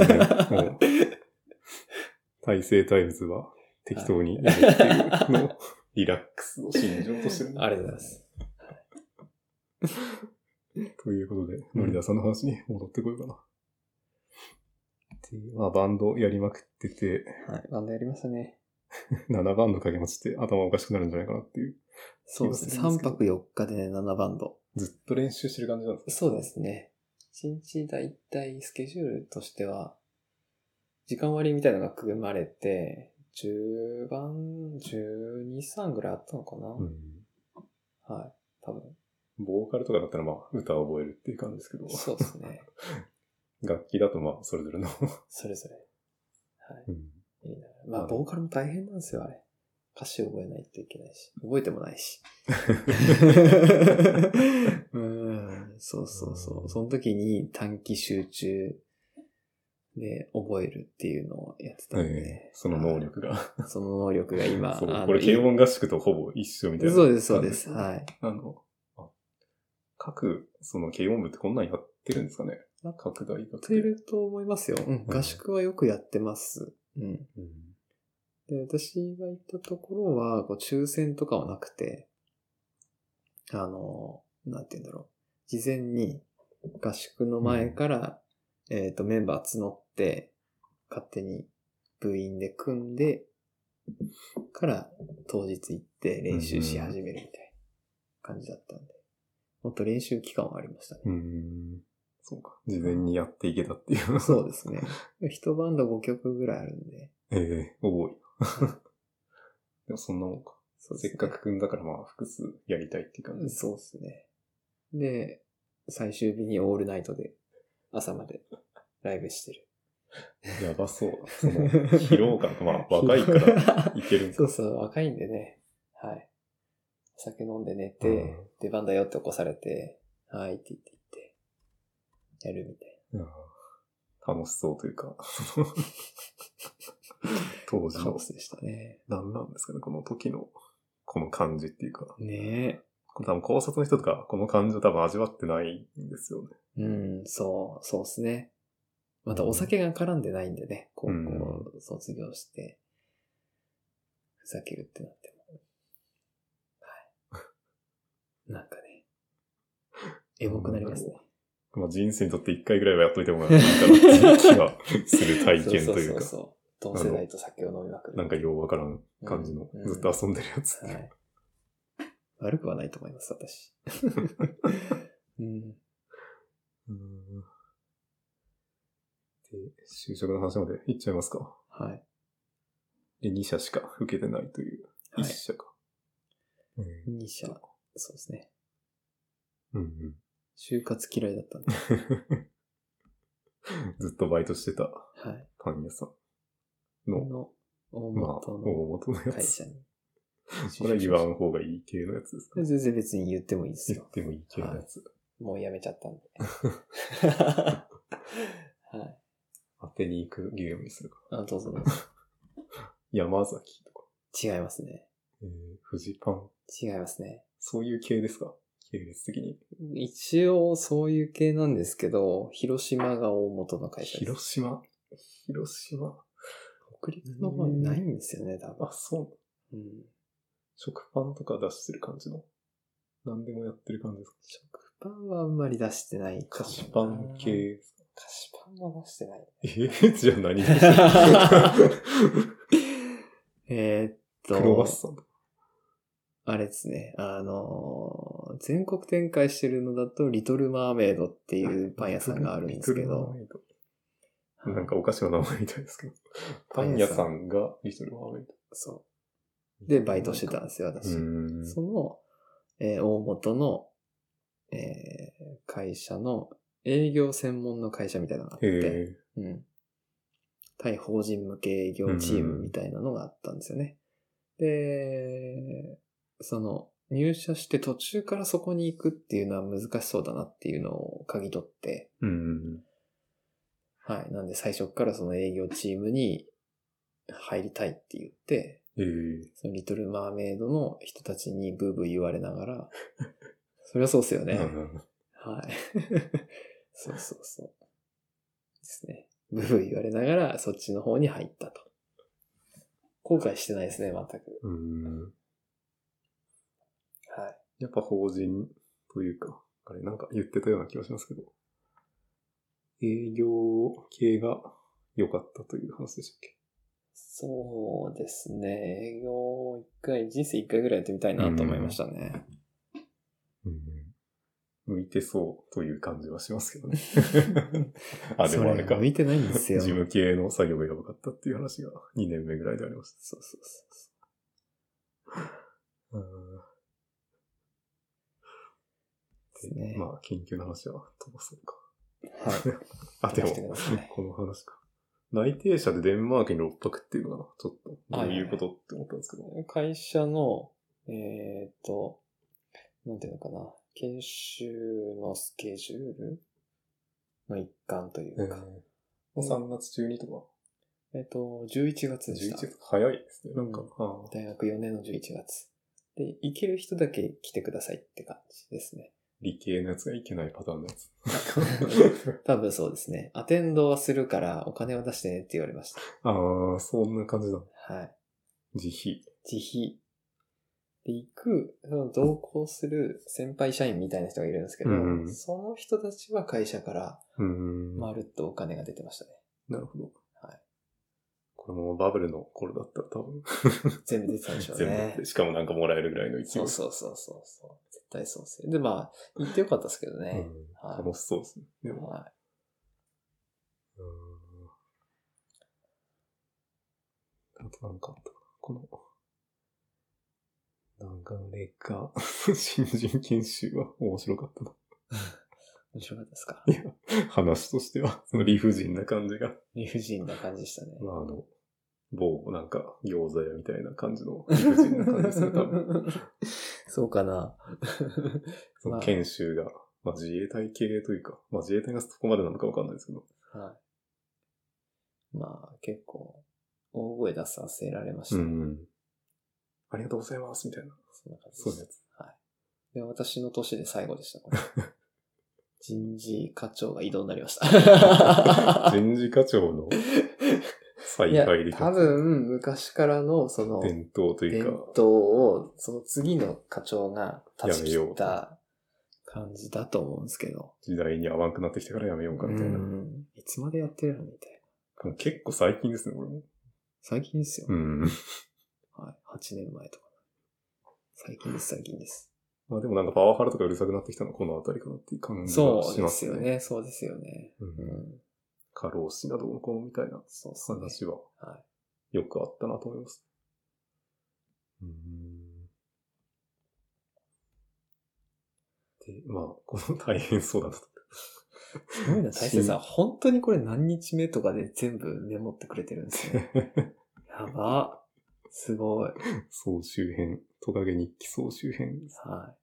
大成タイムズは適当にやるっていうのをリラックスを心情としてる、ね。 ありがとうございます。 ということで、ノリダさんの話に戻ってこようかな。で、まあバンドやりまくってて。 はい、バンドやりましたね。 ななバンドかけまちって頭おかしくなるんじゃないかなっていう。 そうですね。さんぱくよっかでね、ななバンド。 ずっと練習してる感じなんですか？ そうですね。いちにちだいたいスケジュールとしては、時間割みたいなのが組まれて、じゅうばん、じゅうに、さんぐらいあったのかな、うん、はい、多分。 ボーカルとかだったらまあ歌を覚えるっていう感じですけど。 そうですね。 楽器だとまあそれぞれの。 それぞれ。はい。うん、いいな。まあボーカルも大変なんですよ、あれ。歌詞を覚えないといけないし。覚えてもないし。うん、そうそうそう。その時に短期集中で覚えるっていうのをやってたんで。 えー、その能力が。 その能力が今。 そう、これ軽音合宿とほぼ一緒みたいな。 そうです、そうです。はい。 あの、各、その軽音部ってこんなんやってるんですかね？各大学で。 やってると思いますよ。うん。合宿はよくやってます。うん。うん、で、私が行ったところは、こう抽選とかはなくて、あの、なんて言うんだろう。事前に合宿の前から、うん、えっと、メンバー募って、勝手に部員で組んで、から当日行って練習し始めるみたいな感じだったんで。もっと練習期間はありましたね。 うーん。そうか。事前にやっていけたっていう。 そうですね。一バンドごきょくぐらいあるんで。 ええー、多い。でもそんなもんか。そうですね、せっかく組んだからまあ複数やりたいっていう感じ。 そうですね。で、最終日にオールナイトで朝までライブしてる。 やばそうだ。その疲労感がまあ若いからいけるんか。 そうそう、若いんでね。はい。お酒飲んで寝て、うん、出番だよって起こされて、はいって言って言って、やるみたいな。 楽しそうというか、当時の。 カオスでしたね。 何なんですかね、この時の、この感じっていうか。 ねえ。 多分考察の人とか、この感じを多分味わってないんですよね。 うん、そう、そうですね。またお酒が絡んでないんでね、高校卒業して、ふざけるってなっても。なんかね、エモくなりますね。 まあ人生にとって一回ぐらいはやっといてもいいかなっていう気がする体験というか。そうそうそう。同世代と酒を飲みまくる。 なんかようわからん感じの、うんうん、ずっと遊んでるやつ。はい。 悪くはないと思います、私。うん。 うん。で、就職の話までいっちゃいますか。 はい。 で、に社しか受けてないという。はい、いっ社か。 うん、に社。そうですね。 うんうん。 就活嫌いだったんで。 ずっとバイトしてたパン屋さんの、 の大元の会社に。 これは言わん方がいい系のやつですか？ 全然別に言ってもいいですよ。 言ってもいい系のやつ。はい、 もうやめちゃったんで。はい。 当てに行くゲームにするか。 あ、どうぞどうぞ。 山崎とか。 違いますね。 えー、フジパン。 違いますね。 そういう系ですか？系列的に。 一応そういう系なんですけど、広島が大元の会社です。 広島広島北陸の方にないんですよね、多分。 あ、そう。うん。食パンとか出してる感じの何でもやってる感じですか？ 食パンはあんまり出してないかも。 菓子パン系ですか？ 菓子パンは出してない。 えー、じゃあ何ですか？ えっと。 クロワッサンとか。 あれですね。あのー、全国展開してるのだと、リトルマーメイドっていうパン屋さんがあるんですけど。リトルマーメイド。なんかお菓子の名前みたいですけど。パン屋さんがリトルマーメイド。そう。で、バイトしてたんですよ、私。その、えー、大元の、えー、会社の営業専門の会社みたいなのがあって、うん。対法人向け営業チームみたいなのがあったんですよね。で、その、入社して途中からそこに行くっていうのは難しそうだなっていうのを嗅ぎ取って、うん、はい。なんで最初からその営業チームに入りたいって言って、えー、そのリトルマーメイドの人たちにブーブー言われながら、そりゃそうっすよね。はい。そうそうそう。ですね。ブーブー言われながらそっちの方に入ったと。後悔してないですね、全く。うーん。はい。 やっぱ法人というか、あれなんか言ってたような気がしますけど、営業系が良かったという話でしたっけ？ そうですね。営業一回、人生一回ぐらいやってみたいなと思いましたね。 うん、向いてそうという感じはしますけどね。あ、でもあれか。 向いてないんですよ。 事務系の作業がやばかったっていう話がにねんめぐらいでありました。 そうそうそう。うんですね。まあ、緊急の話は飛ばそうか。 はい。 あ、でも、ね、この話か。内定者でデンマークにろっぱくっていうのは、ちょっと、どういうことって思ったんですけど。 会社の、えっと、なんていうのかな。研修のスケジュールの一環というか。 えー、さんがつ中にとかえっと、じゅういちがつでした。 じゅういちがつ早いですね。なんか、うん、 大学よねんのじゅういちがつ。で、行ける人だけ来てくださいって感じですね。 理系のやつが行けないパターンのやつ。 多分そうですね。アテンドはするからお金は出してねって言われました。 ああ、そんな感じだ。 はい。 自費。 自費。で、行く、その同行する先輩社員みたいな人がいるんですけど、うん、その人たちは会社からまるっとお金が出てましたね。 なるほど。 はい。 これもバブルの頃だったら多分。 全部出てたんでしょうね。全部出て、 しかもなんかもらえるぐらいの勢い。 そうそうそうそうそう。絶対そうですよ。で、まあ、行ってよかったですけどね。 うんはい、楽しそうですね。でもはい。 うん。あとなんかあったかな。この、流れが、新人研修は面白かったな。 面白かったですか？ いや、話としては、その理不尽な感じが。 理不尽な感じでしたね。 まあ、あの、某、なんか、餃子屋みたいな感じの理不尽な感じですね、多分。 そうかな。 その研修が、まあ自衛隊系というか、まあ自衛隊がそこまでなのかわかんないですけど。 はい。まあ、結構、大声出させられました。うん。 ありがとうございます、みたいな。 そんな感じです。 そういうやつ。 はい。で、私の年で最後でした、これ。人事課長が異動になりました。 人事課長の采配で多分、昔からの、その、 伝統というか。 伝統を、その次の課長が立ち切った感じだと思うんですけど。 時代に合わんくなってきたからやめようか、みたいな。うん。 いつまでやってるのみたいな。もう結構最近ですね、これも。 最近ですよ。 うん。 はい。はちねんまえとか。最近です、最近です。 まあでもなんかパワハラとかうるさくなってきたのはこのあたりかなっていう感じがしますね。 そうですよね。そうですよね。 うん。過労死などのこのみたいな話はよくあったなと思います。うん。で、まあ、この大変そうだなと。 すごいな、大勢さん。本当にこれ何日目とかで全部メモってくれてるんですね。やば。すごい。 総集編。トカゲ日記総集編です。 はい。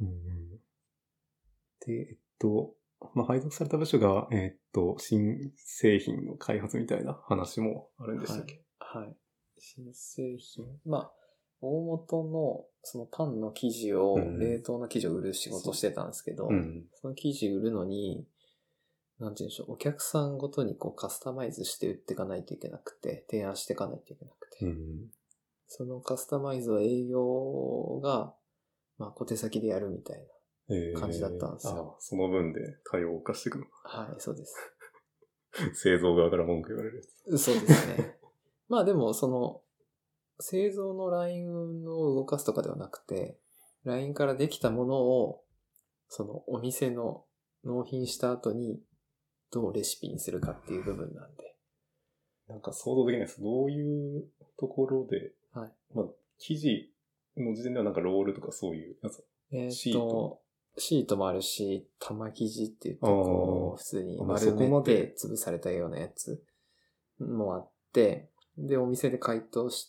うん、で、えっと、まあ、配属された部署が、えっと、新製品の開発みたいな話もあるんでしたっけ？ はい。はい、新製品。まあ、大元のそのパンの生地を、うん、冷凍の生地を売る仕事してたんですけど、うん、その生地売るのに、なんて言うんでしょう、お客さんごとにこうカスタマイズして売っていかないといけなくて、提案していかないといけなくて、うん、そのカスタマイズを営業が、まあ、小手先でやるみたいな感じだったんですよ。えー、 あ、その分で多様化していくの。 はい、そうです。 製造側から文句言われるやつ。そうですね。まあでも、その、製造のラインを動かすとかではなくて、ラインからできたものを、そのお店の納品した後にどうレシピにするかっていう部分なんで。 なんか想像できないです。どういうところで、はい。まあ、生地の時点ではなんかロールとかそういうやつ。 えー、っと、シート。シートもあるし、玉生地って言ってこう、普通に丸めて潰されたようなやつもあって、で、お店で解凍して、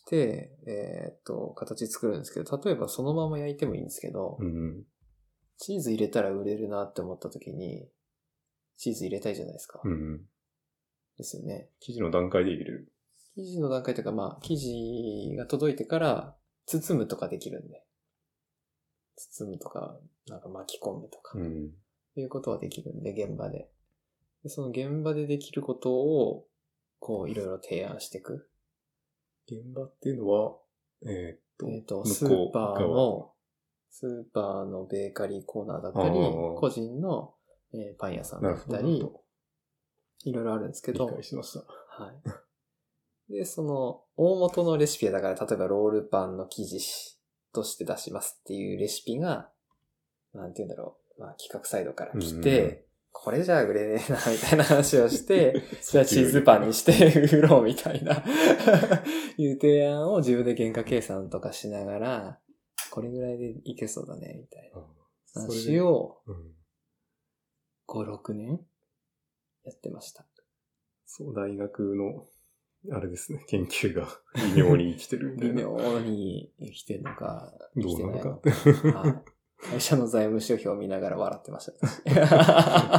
えっと、形作るんですけど、例えばそのまま焼いてもいいんですけど、うん、チーズ入れたら売れるなって思った時に、チーズ入れたいじゃないですか。うん、ですよね。 生地の段階で入れる。 生地の段階というか、まあ、生地が届いてから包むとかできるんで。包むとか、なんか巻き込むとか、うん、いうことはできるんで、現場で。で、その現場でできることを、こう、いろいろ提案していく。 現場っていうのは、えー、っと、 えー、っと、スーパーの、スーパーのベーカリーコーナーだったり、個人の、えー、パン屋さんだったり、いろいろあるんですけど、 理解しました。 はい。で、その、大元のレシピだから、例えばロールパンの生地として出しますっていうレシピが、なんて言うんだろう、まあ企画サイドから来て、これじゃあ売れねえな、みたいな話をして、じゃあチーズパンにして売ろうみたいな、いう提案を自分で原価計算とかしながら、これぐらいでいけそうだね、みたいな話を、ご、ろくねんやってました。 そう、大学の、あれですね、研究が微妙に生きてるみたいな。 微妙に生きてるのか、生きてないのか。どうなのか。 はい、会社の財務諸表を見ながら笑ってました。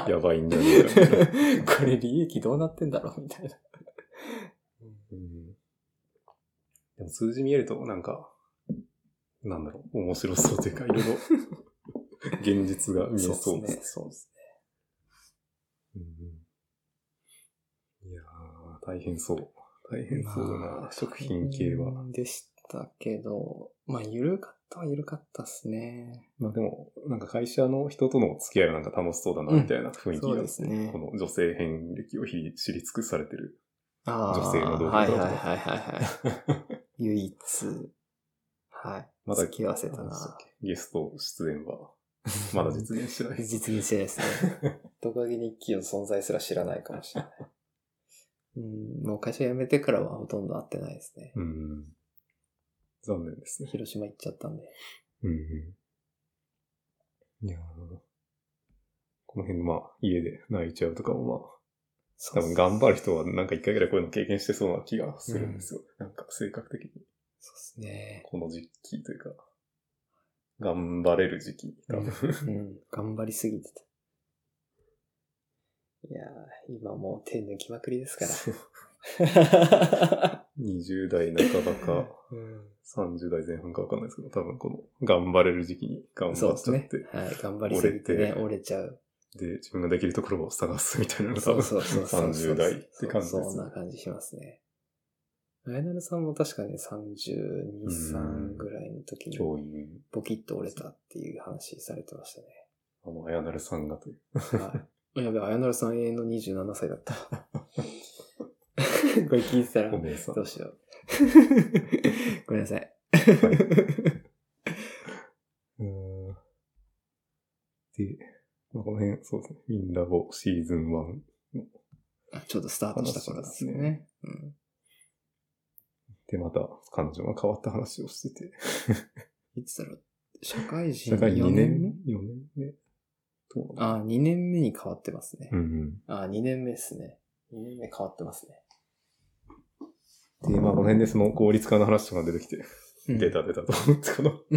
やばいんだよね。 これ利益どうなってんだろうみたいな、 うん。でも数字見えるとなんか、なんだろう、面白そうというか、いろいろ現実が見えそうですね。 そうですね。うん、いやー、大変そう。大変そうだな、まあ、食品系は。 でしたけど、まあ、緩かったは緩かったっすね。 まあでも、なんか会社の人との付き合いはなんか楽しそうだな、みたいな雰囲気が、うん、 そうですね。 この女性遍歴を知り尽くされてる女性の動画とか。はいはいはいはい、はい。唯一。はい。まだ付き合わせたな。 ゲスト出演は、まだ実現してない。 実現してないですね。トカゲ日記の存在すら知らないかもしれない。うん、もう会社辞めてからはほとんど会ってないですね。 うん。残念ですね。 広島行っちゃったんで。 うん。いやー、この辺のまあ家で泣いちゃうとかもまあ、多分頑張る人はなんか一回ぐらいこういうの経験してそうな気がするんですよ。うん、なんか性格的に。 そうですね。 この時期というか、頑張れる時期。多分、 うん、うん。頑張りすぎてた。いやー、今もう手抜きまくりですから。 にじゅう代半ばか、うん、さんじゅう代前半かわかんないですけど、多分この頑張れる時期に頑張っちゃって。そうですね。 はい、頑張りすぎてね、折れちゃう。 で、自分ができるところを探すみたいなのが多分さんじゅう代って感じです、ね。 そんな感じしますね。あやなるさんも確かにさんじゅうに、さんぐらいの時にボキッと折れたっていう話されてましたね。 あの、あやなるさんがという。 はい。やべ、あやなるさん永遠のにじゅうななさいだった。これ聞いてたら、どうしよう。ごめんなさい。はい、 うの辺、そうですね。ミンラボシーズンワンの。 ちょっとスタートした頃ですね。ねうん、 で、また彼女が変わった話をしてて。 いつだろう社会人社会人にねんめ ? よねんめあ、にねんめに変わってますね。 うんうん、 あ、にねんめですね。にねんめ変わってますね。 で、まあこの辺でその効率化の話とか出てきて、うん、出た出たと思って、この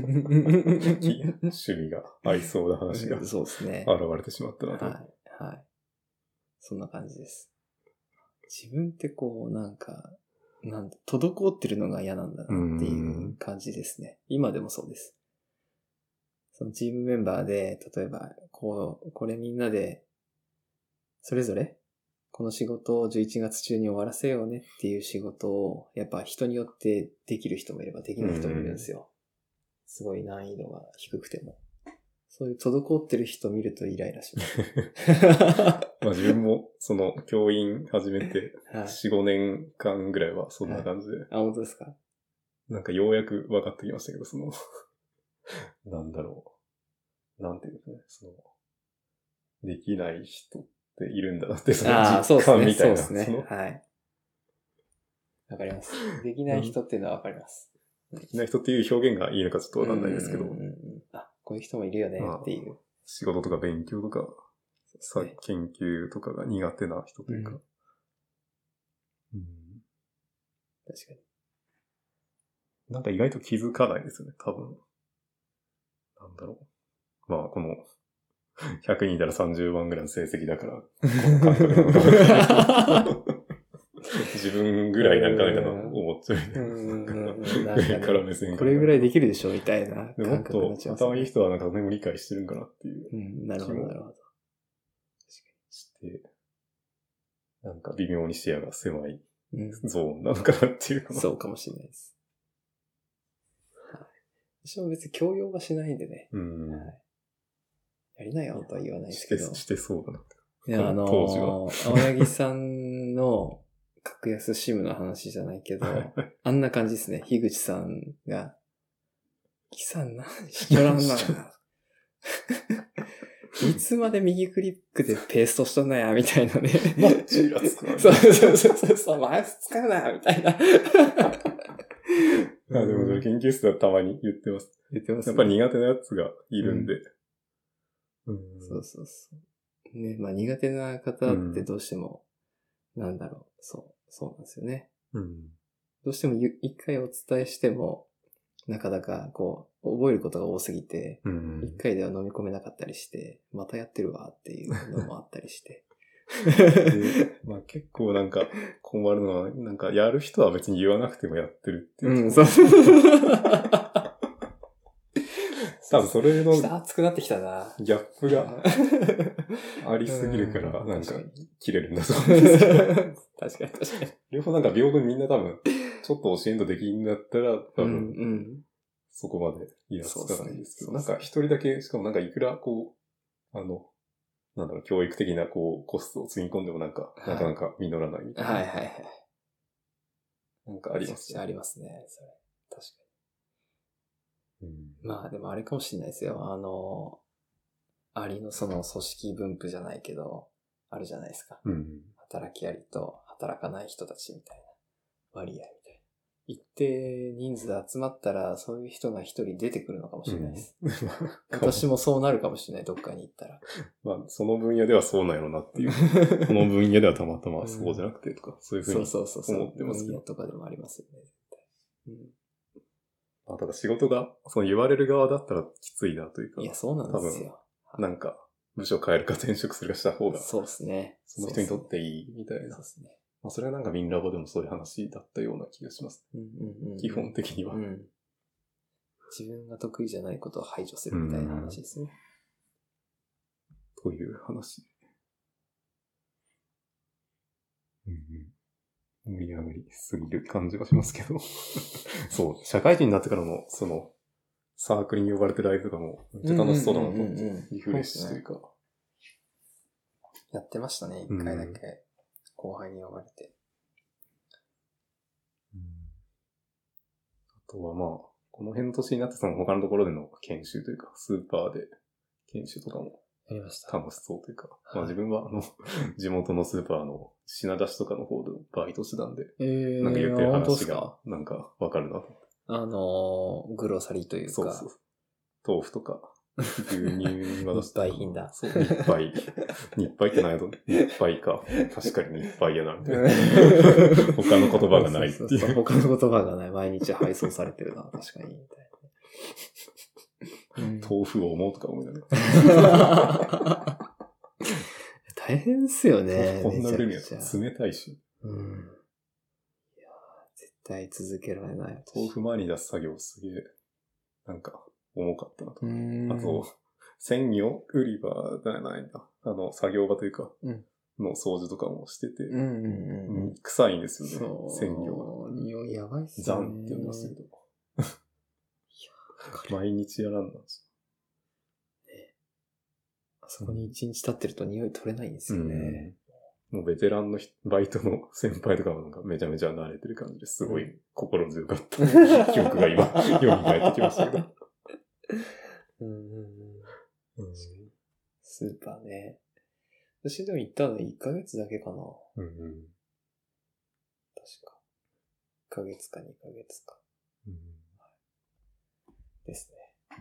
趣味が合いそうな話がそうですね。 現れてしまったなと。 はい。はい。そんな感じです。自分ってこう、なんか、なんだ、滞ってるのが嫌なんだなっていう感じですね。今でもそうです。そのチームメンバーで、例えば、こう、これみんなで、それぞれ、この仕事をじゅういちがつ中に終わらせようねっていう仕事を、やっぱ人によってできる人もいればできない人もいるんですよ。すごい難易度が低くても。そういう滞ってる人見るとイライラします。 まあ自分も、その、教員始めて、よん、ごねんかんぐらいはそんな感じで。はい、 あ、本当ですか？ なんかようやく分かってきましたけど、その、なんだろう。なんていうんですかね、その、できない人っているんだなって、その実感みたいな。 そうですね。はい。わかります。できない人っていうのはわかります。 できない人っていう表現がいいのかちょっとわかんないですけど。 うんうんうん、あ、こういう人もいるよねっていう。まあ、 仕事とか勉強とか、ね、研究とかが苦手な人というか。うんうん、確かに。 なんか意外と気づかないですよね、多分。なんだろう。まあ、この、ひゃくにんいたらさんじゅうばんぐらいの成績だから、自分ぐらいなんかないかな思っちゃうみたいな。上から目線から。これぐらいできるでしょみたいな感覚になっちゃいます、ね。 頭いい人はなんかね、理解してるんかなっていう。 うん、なるほど、なるほど。確かに。して、なんか微妙に視野が狭いゾーンなのかなっていうか、 うん。そうかもしれないです。はい。私も別に強要はしないんでね。うん。はい、やりなよとは言わないですけど。 して、してそうだなって。 いや、あのー、当時は。青柳さんの格安シムの話じゃないけど、あんな感じですね。樋口さんが、キさんな、ひきょらんな。いつまで右クリックでペーストしとんなや、みたいなね。 マッチがつくわ。 そうそうそうそう、マウス使うな、みたいな。 あ、でも研究室ではたまに言ってます。 言ってます、 ね。やっぱり苦手なやつがいるんで。 うん、そうそうそう。ね、まあ苦手な方ってどうしても、うん、なんだろう、そう、そうなんですよね。うん、どうしても一回お伝えしても、なかなかこう、覚えることが多すぎて、一、うん、回では飲み込めなかったりして、またやってるわっていうのもあったりして。 でまあ、結構なんか困るのは、なんかやる人は別に言わなくてもやってるっていう。うん、そう。多分それの、 下熱くなってきたな。 ギャップがありすぎるから、なんか切れるんだと思うんですけど。確かに確かに。 両方なんか平等にみんな多分、ちょっと教えんとできんだったら、多分、うんうん、そこまでイラつかないんですけど、なんか一人だけ、しかもなんかいくらこう、あの、なんだろう、教育的なこう、コストを積み込んでもなんか、はい、なかなか実らないみたいな。 はいはいはい。 なんかありますね。ありますね、それ。確かに。うん、まあでもあれかもしれないですよ。あの、ありのその組織分布じゃないけど、あるじゃないですか。うん、働きありと働かない人たちみたいな割合みたいな。一定人数集まったら、そういう人が一人出てくるのかもしれないです。うん、私もそうなるかもしれない、どっかに行ったら。 まあ、その分野ではそうなんやろなっていう。この分野ではたまたまそうじゃなくてとか、うん、そういうふうに思ってますけど。そうそうそう。 分野とかでもありますよね、絶対。うんあ、ただ仕事が、その言われる側だったらきついなというか。 いや、そうなんですよ。 多分、なんか、部署変えるか転職するかした方が。 そうですね。 その人にとっていいみたいな。そうですね。まあ、それはなんかミンラボでもそういう話だったような気がします。うんうんうん、基本的には、うん。 自分が得意じゃないことを排除するみたいな話ですね。 という話。うんうん、盛り上がりすぎる感じがしますけど。そう、社会人になってからも、その、サークルに呼ばれてライブとかも、めっちゃ楽しそうだなと思って、リフレッシュというか、うんうんうんうん。 やってましたね、一回だけ。後輩に呼ばれて。 うん、あとはまあ、この辺の年になってその他のところでの研修というか、スーパーで研修とかもやりました。 楽しそうというか。まあ自分はあの、地元のスーパーの品出しとかの方でバイトしてたんで、 えー、 なんか言ってる話がなんかわかるなと。 あのー、グロサリーというか。 そうそう。豆腐とか、牛乳が出した。日配品だ。 そう、日配。日配ってないと、日配か。確かに日配やな、みたいな。他の言葉がないっていう。 そうそうそう他の言葉がない。毎日配送されてるな、確かに。みたいな豆腐を思うとか思いながら。 大変っすよね。 こんな売れるやつ冷たいし。 うん。いや絶対続けられない。 豆腐前に出す作業すげえ、なんか、重かったなと。あと、鮮魚売り場じゃないんだ。あの、作業場というか、うん、の掃除とかもしてて、うんうんうん、臭いんですよね、鮮魚。 匂いやばいっすね。 ザンって言いますけど。毎日やらんなんですよ。ね、あそこに一日経ってると匂い取れないんですよね。 うん、もうベテランのバイトの先輩とかもなんかめちゃめちゃ慣れてる感じですごい心強かった記憶が今、蘇ってきましたけど。 うんうんうん、スーパーね。私でも行ったのいっかげつだけかな。うんうん、確か。いっかげつかにかげつか。うん、ですね。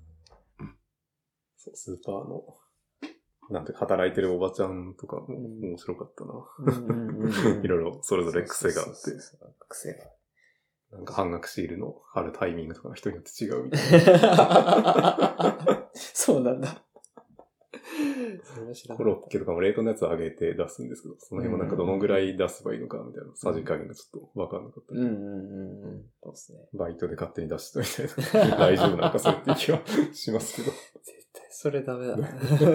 そう、スーパーの、なんて働いてるおばちゃんとかも面白かったな。いろいろそれぞれ癖があって。そうそうそう癖が。なんか半額シールの貼るタイミングとかが人によって違うみたいな。 そうなんだ。 コロッケとかも冷凍のやつを揚げて出すんですけど、その辺もなんかどのぐらい出せばいいのかみたいな、さじ加減がちょっとわかんなかったり。うんうんうん。そうですね。バイトで勝手に出しといて、大丈夫なのかそうっていう気はしますけど。 絶対それダメだね。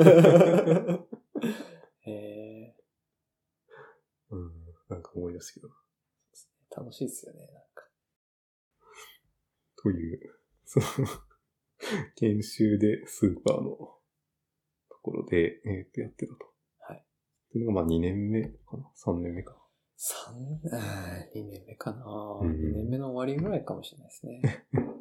へえ。 うん、なんか思い出したけど。 楽しいですよね、なんか。 という、その、研修でスーパーのところで、えっと、やってたと。はい。っていうのが、まあにねんめかな ?さん 年目かな。 三、にねんめかな、うん、にねんめの終わりぐらいかもしれないですね。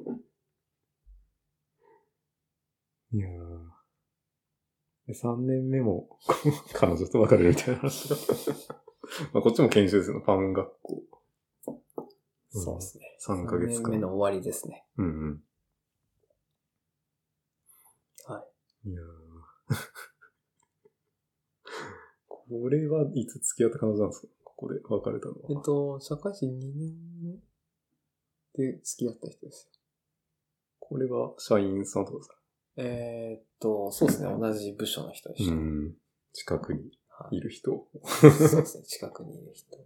いやー。で、さんねんめも、彼女と別れるみたいな話が。まあこっちも研修ですよ、ファン学校。 そうですね。 さんかげつか。 さんねんめの終わりですね。 うんうん。 はい。 いやこれはいつ付き合った彼女なんですか？ここで別れたのは。 えっと、社会人にねんめで付き合った人ですよ。 これは社員さんとかですか？ えー、っと、そうですね。同じ部署の人でした。うん。 近くにいる人。 はい、そうですね。近くにいる人。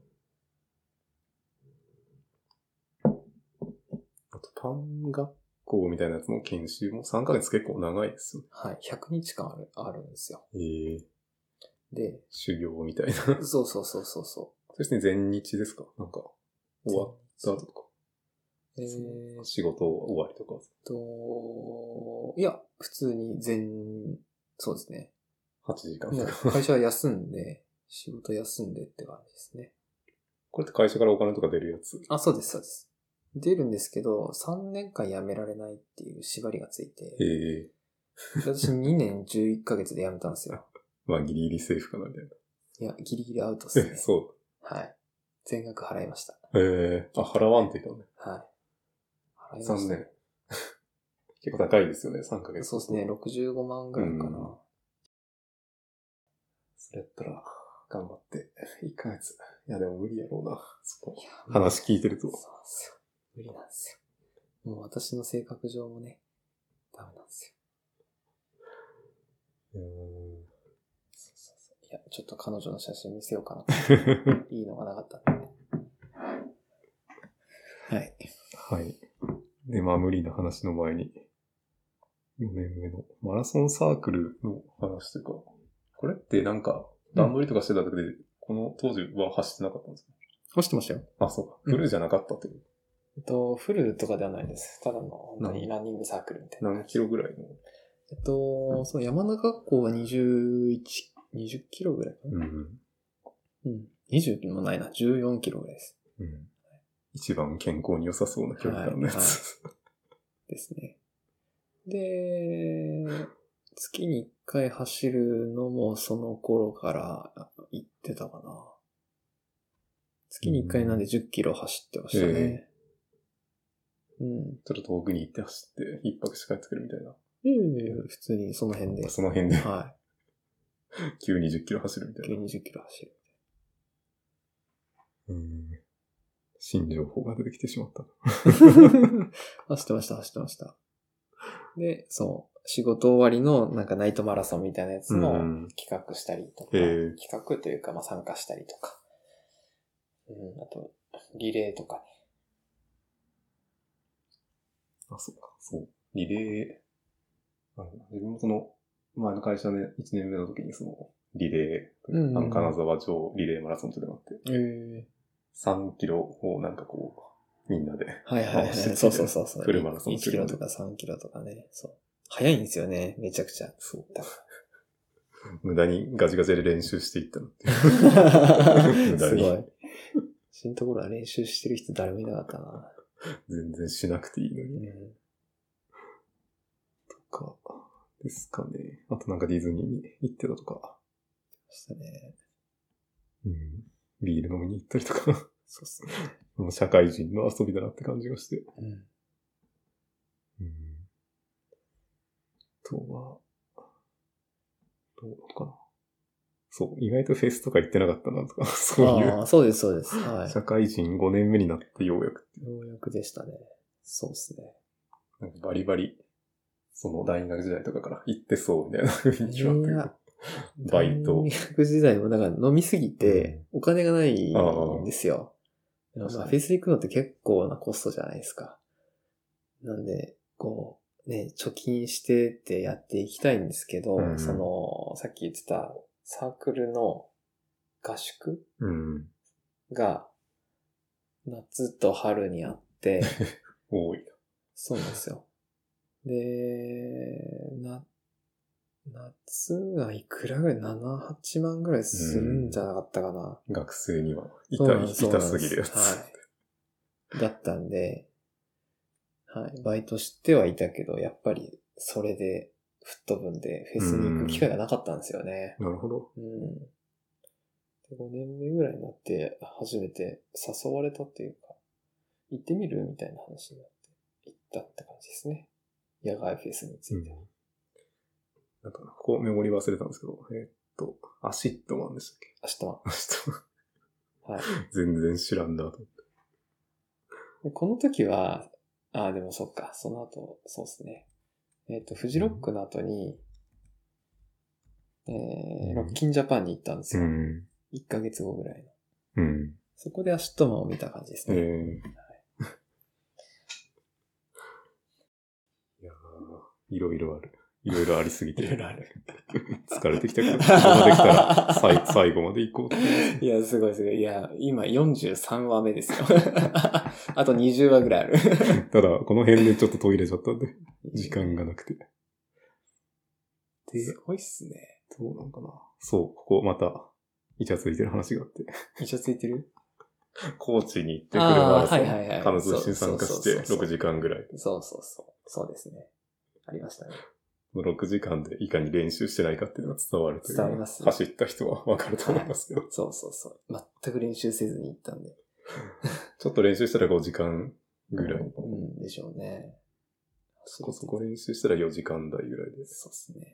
あと、パン学校みたいなやつの研修もさんかげつ結構長いですよね。 はい。ひゃくにちかんある、あるんですよ。 ええー。 で、 修行みたいな。 そうそうそうそうそう。 そして全日ですか？なんか、終わった後とか。えー、仕事終わりとか。 と、いや、普通に全、そうですね。 はちじかんとか。会社は休んで、仕事休んでって感じですね。 これって会社からお金とか出るやつ？ あ、そうです、そうです。出るんですけど、さんねんかん辞められないっていう縛りがついて。へー。私にねんじゅういっかげつで辞めたんですよ。 まあギリギリセーフかなみたいな。 いや、ギリギリアウトですね。 え、そう。 はい。全額払いました。 へえ。あ、払わんって言ったのね。 はい。払いました。さんねん。 結構高いですよね、さんかげつ。 そうですね、ろくじゅうごまんぐらいかな。うん、 それやったら、頑張って、いっかげつ。いや、でも無理やろうな。そこ話聞いてると。そうですよ。無理なんですよ。もう私の性格上もね、ダメなんですよ。うーん。そうそうそう。いや、ちょっと彼女の写真見せようかな。いいのがなかったんで。はい。 はい。で、まあ無理な話の前に、よねんめのマラソンサークルの話というか、これってなんか、段取りとかしてた時で、うん、この当時は走ってなかったんですか？ 走ってましたよ。 あ、そうか。フルじゃなかったってこと、うん、 えっと、フルとかではないです。ただの、本当にランニングサークルみたいな。 何キロぐらいの？ えっと、うん、そう、山中学校はにじゅういち、にじゅっキロぐらいかな。うん。うん。にじゅうもないな。じゅうよんキロぐらいです。うん。 一番健康に良さそうな距離感のやつ、はいはい。 ですね。で、 月にいっかい走るのもその頃から行ってたかな。月にいっかいなんでじゅっキロ走ってましたね。うん。 ちょっと遠くに行って走って一泊して帰ってくるみたいな。 ええ普通にその辺で。 その辺で。 はい。 急にじゅっキロ走るみたいな。 急にじゅっキロ走る。 うん。新情報が出てきてしまった。 走ってました、走ってました。で、そう、仕事終わりのなんかナイトマラソンみたいなやつも企画したりとか、企画というかまあ参加したりとか、うん、あと、リレーとかね。 あ、そうか、そう。リレー、あの自分もその、前の会社でいちねんめの時にその、リレー、うんうん、あの、金沢城リレーマラソンとでもあって、えー、さんキロをなんかこう、みんなで。 はいはいはい。そうそうそうそう。 フルマラソン。 いちキロとかさんキロとかね。そう。早いんですよね、めちゃくちゃ。 そう。無駄にガチガチで練習していったのって。無駄に。すごい。そのところは練習してる人誰もいなかったな。全然しなくていいのに。うん、とか、ですかね。あとなんかディズニーに行ってたとか。 したね。 うん。ビール飲みに行ったりとか。そうっすね。もう社会人の遊びだなって感じがして。うん。うん。あとは、どうかな。そう、意外とフェスとか行ってなかったなとか、そういう。ああ、 そうです、そうです。はい。 社会人ごねんめになってようやく。 ようやくでしたね。そうですね。 なんかバリバリ、その大学時代とかから行ってそうみたいな雰囲気はあったけど。バイト。 大学時代もだから飲みすぎて、お金がないんですよ。うん、まあ、フェス行くのって結構なコストじゃないですか。なんで、こう、ね、貯金してってやっていきたいんですけど、うん、その、さっき言ってたサークルの合宿、うん、が、夏と春にあって、 多い。 そうなんですよ。で、な、夏はいくらぐらい ?なな、はちまんぐらいするんじゃなかったかな。 うん、学生には痛い、痛すぎるやつ。 はい。だったんで、はい。バイトしてはいたけど、やっぱりそれで吹っ飛ぶんで、フェスに行く機会がなかったんですよね。 なるほど。 うん。でごねんめぐらいになって初めて誘われたっていうか、行ってみるみたいな話になって行ったって感じですね。野外フェスについて。うん、 なんか、ここメモリ忘れたんですけど、えー、っと、アシットマンでしたっけ？ アシットマン。 アシットマン。 はい。 全然知らんだと思って。 でこの時は、ああ、でもそっか、その後、そうですね。えっ、ー、と、フジロックの後に、うん、えー、ロッキンジャパンに行ったんですよ。うん、いっかげつごぐらいの。うん。そこでアシットマンを見た感じですね。えーはい、 いやー、いろいろある。いろいろありすぎて。 いろいろある。 疲れてきたけど、ここまで来たら最、最後まで行こうと思います。 いや、すごいすごい。いや、今よんじゅうさんわめですよ。あとにじゅうわぐらいある。 ただ、この辺でちょっと途切れちゃったんで、時間がなくて。 で、すごいっすね。 どうなのかな。そう、ここまた、イチャついてる話があって。 イチャついてる？ 高知に行ってくるマラソン、はいはいはい、彼女と一緒に参加してろくじかんぐらい。 そうそうそう。そうですね。ありましたね。 ろくじかんでいかに練習してないかっていうのが伝わるという。 伝わります、 ね。走った人はわかると思いますけど、はい。 そうそうそう。全く練習せずに行ったんで。 ちょっと練習したらごじかんぐらい。 うん、うん、でしょうね。 そこそこ練習したらよじかん台ぐらいで。 そうですね。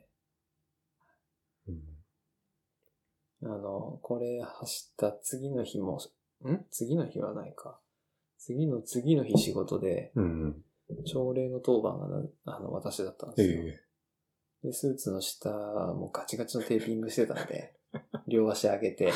うん、あの、これ走った次の日も、ん次の日はないか。次の次の日仕事で、うんうん、朝礼の当番があの私だったんですよ。えー、で、スーツの下もガチガチのテーピングしてたんで、両足上げて、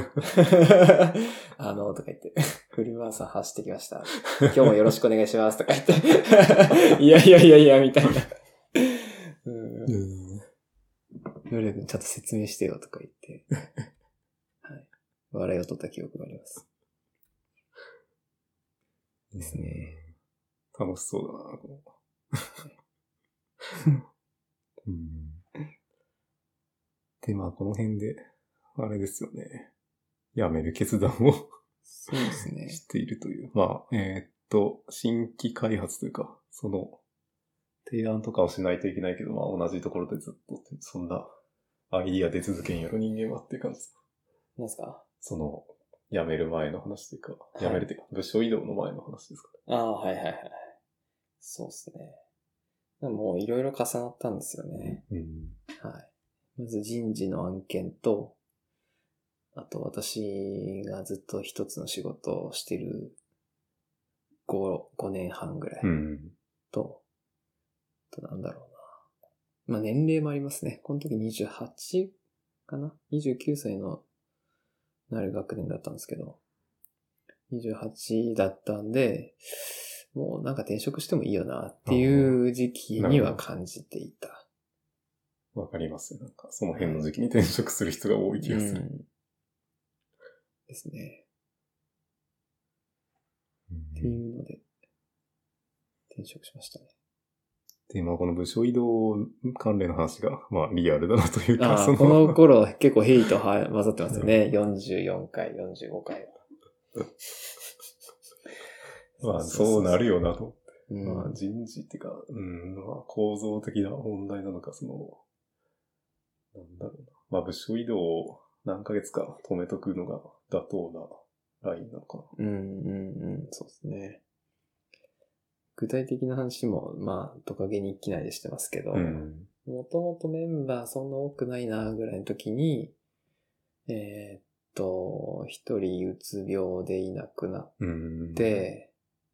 あの、とか言って、フルマラソン走ってきました。今日もよろしくお願いしますとか言って、いやいやいやいや、みたいな。うん。うんヨレ君ちゃんと説明してよとか言って、はい。笑いを取った記憶があります。ですね。 楽しそうだな、このうん。で、まあ、この辺で、あれですよね。やめる決断をそうですね。 しているという。まあ、えー、っと、新規開発というか、その、 提案とかをしないといけないけど、まあ同じところでずっと、そんなアイディア出続けんやろ人間はっていう感じです。 なんすか？ その、辞める前の話というか、 はい、 辞めるっていうか、部署移動の前の話ですか？ ああ、はいはいはい。そうですね。もういろいろ重なったんですよね。 うん。 はい。まず人事の案件と、あと私がずっと一つの仕事をしてるご、ごねんはんぐらい。 うん。 と、となんだろうな。まあ年齢もありますね。この時にじゅうはちかな ?にじゅうきゅう 歳のなる学年だったんですけど、にじゅうはちだったんで、もうなんか転職してもいいよなっていう時期には感じていた。 わかりますよ。なんかその辺の時期に転職する人が多い気がする。うん、 ですね。っていうので、転職しましたね。 で、まあこの部署移動関連の話が、まあリアルだなというか、 あそのこの頃結構ヘイと混ざってますよね。よんじゅうよんかい、よんじゅうごかいは。 まあそうなるよなと。 うん、 まあ人事っていうか、うん、まあ構造的な問題なのか、その、なんだろうな。まあ部署移動を何ヶ月か止めとくのが妥当なラインなのかな。 うんうんうん、そうですね。具体的な話も、まあ、トカゲ日記内でしてますけど、もともとメンバーそんな多くないな、ぐらいの時に、えー、っと、一人うつ病でいなくなって、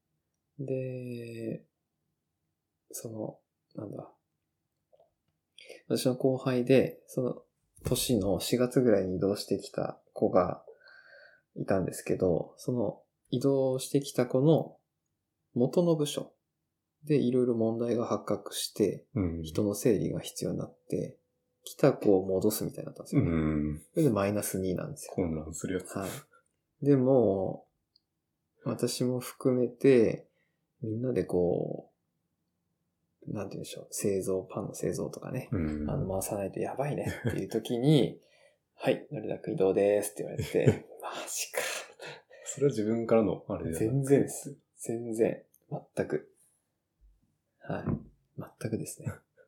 で、その、なんだ、私の後輩で、その年のしがつぐらいに移動してきた子がいたんですけど、その移動してきた子の元の部署でいろいろ問題が発覚して、人の整理が必要になって、来た子を戻すみたいになったんですよね。うん、それでマイナスになんですよ。 混乱するやつ。 はい。でも、私も含めて、みんなでこう、なんて言うんでしょう、製造、パンの製造とかね、うん、あの回さないとやばいねっていう時に、はい、のりだく移動ですって言われて、マジか。 それは自分からのあれ全然です。全然。全く。はい。全くですね。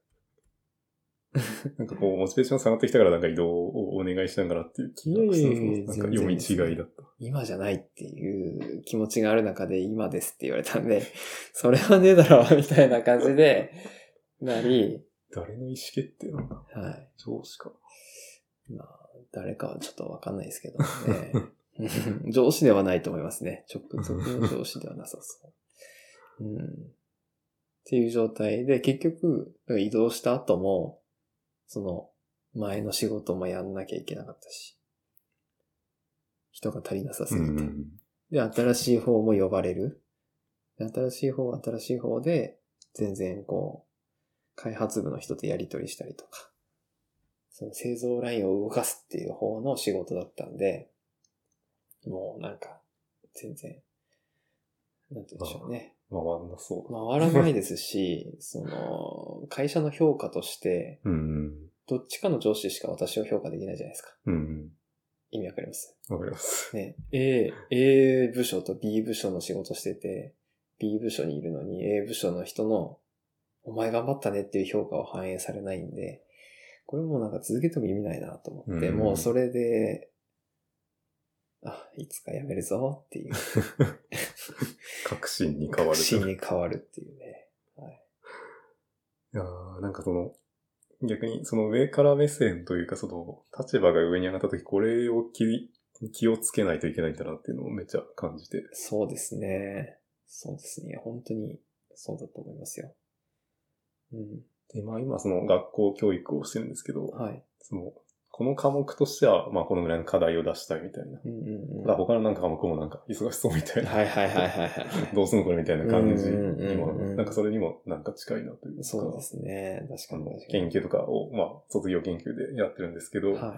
なんかこう、モチベーション下がってきたからなんか移動をお願いしながらっていう気がしたんですけど、なんか読み違いだった。 今じゃないっていう気持ちがある中で今ですって言われたんで、それはねえだろみたいな感じでなり。 誰の意思決定なんだ？ はい。 上司か。 まあ、誰かはちょっとわかんないですけどね。上司ではないと思いますね。直属の上司ではなさそう。うん。っていう状態で、結局、移動した後も、その、前の仕事もやんなきゃいけなかったし、人が足りなさすぎて。うん、で、新しい方も呼ばれる。で新しい方は新しい方で、全然こう、開発部の人とやり取りしたりとか、その製造ラインを動かすっていう方の仕事だったんで、もうなんか、全然、なんて言うんでしょうね。 回んなそう。 回らないですし、その、会社の評価として、うん、どっちかの上司しか私を評価できないじゃないですか。うん、意味わかります？ わかります。 ね、A、A 部署と B 部署の仕事してて、B 部署にいるのに A 部署の人の、お前頑張ったねっていう評価を反映されないんで、これもなんか続けても意味ないなと思って、うん、もうそれで、あ、いつか辞めるぞっていう。 確信に変わる。 確信に変わるっていうね。はい。 いやーなんかその、逆にその上から目線というかその、立場が上に上がった時これを気、気をつけないといけないんだなっていうのをめっちゃ感じて。 そうですね。そうですね。本当にそうだと思いますよ。 うん。で、まあ今その学校教育をしてるんですけど、はい。その、この科目としては、まあこのぐらいの課題を出したいみたいな。うんうんうん、ただ他のなんか科目もなんか忙しそうみたいな。 はいはいはいはい、はい。 どうすんのこれみたいな感じにも、なんかそれにもなんか近いなというか。 そうですね。確かに確かに。研究とかを、まあ卒業研究でやってるんですけど、はい、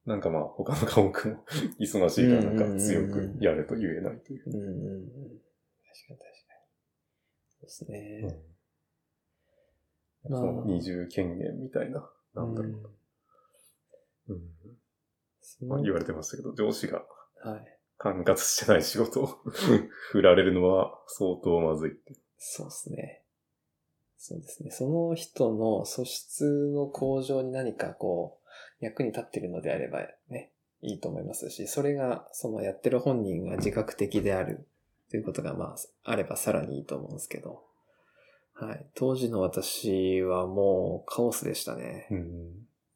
なんかまあ他の科目も忙しいからなんか強くやれと言えないという。うんうんうん、確かに確かに。 そうですね。 うん、その二重権限みたいな、なんだろう。うんうん、まあ、言われてましたけど、上司が管轄してない仕事を振られるのは相当まずいって。 そうですね。 そうですね。その人の素質の向上に何かこう、役に立っているのであればね、いいと思いますし、それが、そのやってる本人が自覚的であるということが、まあ、あればさらにいいと思うんですけど、はい。当時の私はもうカオスでしたね。 うん。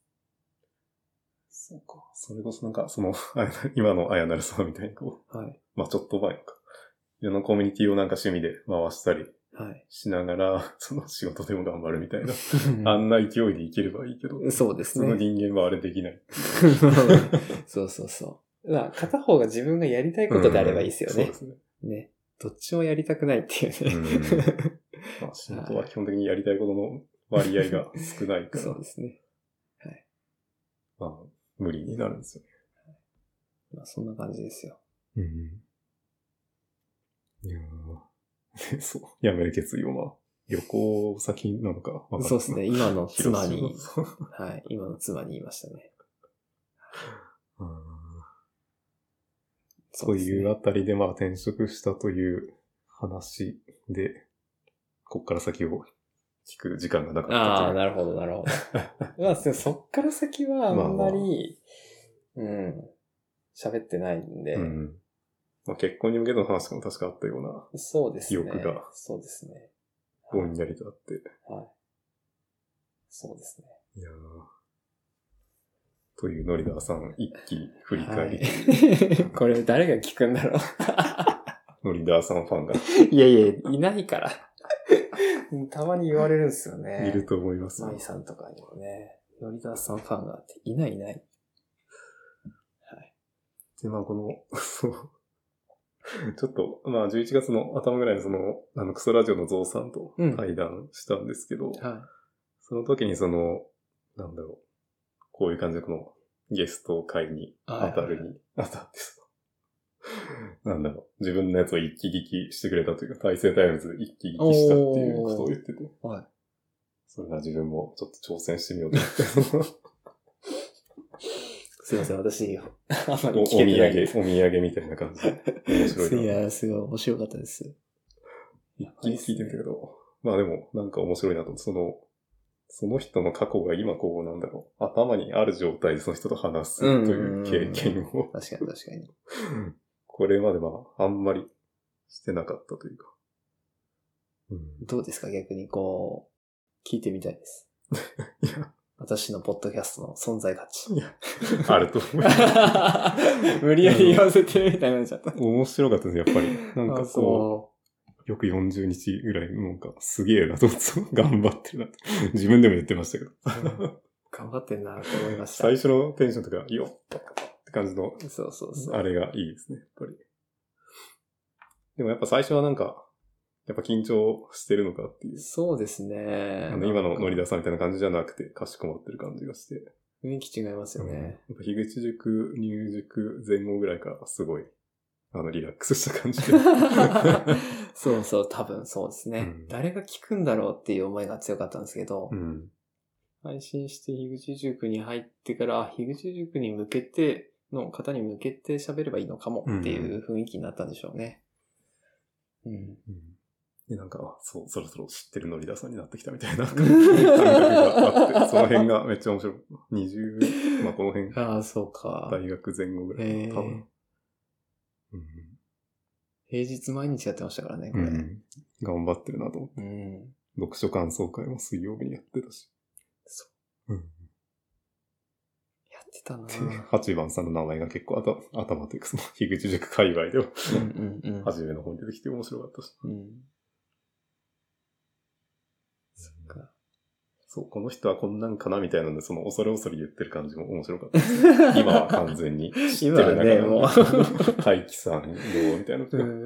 そうか。それこそなんか、その、今のあやなるさんみたいにこう、はい。まあちょっと前か。いろんなコミュニティをなんか趣味で回したりしながら、はい、その仕事でも頑張るみたいな。あんな勢いでいければいいけど。 そうですね。 普通の人間はあれできない。 そうそうそう。まあ片方が自分がやりたいことであればいいですよね。 うん、そうですね。 ね。どっちもやりたくないっていうね。うんまあ仕事は基本的にやりたいことの割合が少ないから。 そうですね。はい。 まあ、無理になるんですよね。 まあそんな感じですよ。 うん。いやー、そう、やめる決意をまあ、旅行先なのか。 そうですね。今の妻に、はい、今の妻に言いましたね。 そういうあたりでまあ転職したという話で、こっから先を聞く時間がなかったという。 ああ、なるほど、なるほど。まあ、そっから先はあんまり、まあまあ、うん、喋ってないんで。うん。 まあ、結婚に向けての話も確かあったような。 そうですね。 記憶が。 そうですね。 ぼんやりとあって。 はい。そうですね。 いやー。というノリダーさん一気振り返り、 はい。これ誰が聞くんだろう。 ノリダーさんファンが。 いやいや、いないから。たまに言われるんですよね。 いると思います、 ね。マイさんとかにもね。ノリダーさんファンがあって、いないいない。 はい。で、まあこの、そう。ちょっと、まあじゅういちがつの頭ぐらいのその、あの、クソラジオのゾウさんと対談したんですけど、うん、はい。その時にその、なんだろう。こういう感じでこのゲスト会に当たるに当たってさ、なんだろう、自分のやつを一気聞きしてくれたというか、大成タイムズ一気聞きしたっていうことを言ってて、はい。それが自分もちょっと挑戦してみようと思って。 すいません、私、 あんまり聞けてないです。お土産、お土産みたいな感じで。面白いな。 いや、すごい面白かったです。 一気に聞いてみたけど、まあでも、なんか面白いなと、その、その人の過去が今こうなんだろう。頭にある状態でその人と話すという経験を。 確かに確かに。 これまではあんまりしてなかったというか。 うん、どうですか逆にこう、聞いてみたいです。いや私のポッドキャストの存在価値。いやあると思います。 無理やり言わせてるみたいになっちゃった。 面白かったです、やっぱり。なんかこう。よくよんじゅうにちぐらい、なんか、すげえなと思って、頑張ってるなと。自分でも言ってましたけど。 頑張ってんなと思いました。 最初のテンションとか、よっって感じの、 そうそうそう。 あれがいいですね、やっぱり。でもやっぱ最初はなんか、やっぱ緊張してるのかっていう。 そうですね。 あの今のノリダーさんみたいな感じじゃなくて、かしこまってる感じがして。 雰囲気違いますよね。うん、やっぱ樋口塾、入塾前後ぐらいからすごい、あの、リラックスした感じで。 そうそう、多分そうですね、うん。誰が聞くんだろうっていう思いが強かったんですけど、うん、配信して樋口塾に入ってから、樋口塾に向けて、の方に向けて喋ればいいのかもっていう雰囲気になったんでしょうね。うん。うん、 で、なんか、そう、そろそろ知ってるノリダーさんになってきたみたいな感覚があって、その辺がめっちゃ面白い。にじゅう、まあこの辺。 ああ、そうか。 大学前後ぐらい。多分。 うん、平日毎日やってましたからね、これ。うん、 頑張ってるなと思って。うん、読書感想会も水曜日にやってたし。そう。うん、 やってたなぁ。はちばんさんの名前が結構頭、頭というかその、樋口塾界隈では、うんうんうん、初めの方に出てきて面白かったし。うん、そっか。そう、この人はこんなんかなみたいなので、その恐れ恐れ言ってる感じも面白かったです、ね。今は完全に知ってる中で、もう、大輝さんどうみたいな。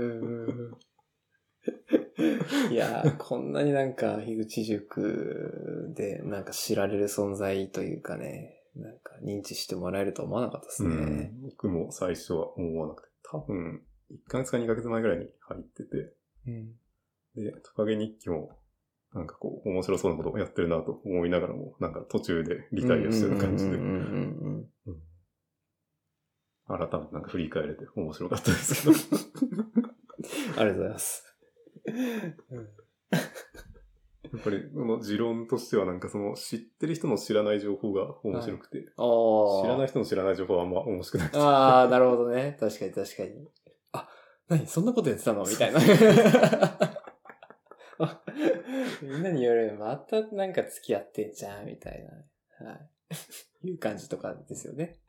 いやー、こんなになんか、樋口塾でなんか知られる存在というかね、なんか認知してもらえると思わなかったですね。うん、 僕も最初は思わなくて、多分、いっかげつかにかげつまえぐらいに入ってて、うん、で、トカゲ日記も、なんかこう、面白そうなことをやってるなと思いながらも、なんか途中でリタイアしてる感じで。改めてなんか振り返れて面白かったですけど。 ありがとうございます。 やっぱり、その持論としてはなんかその知ってる人の知らない情報が面白くて、はい、知らない人の知らない情報はあんま面白くなくて。 ああ、なるほどね。確かに確かに。あ、何そんなことやってたのみたいな。みんなに言われるまたなんか付き合ってんじゃんみたいな。はい。いう感じとかですよね。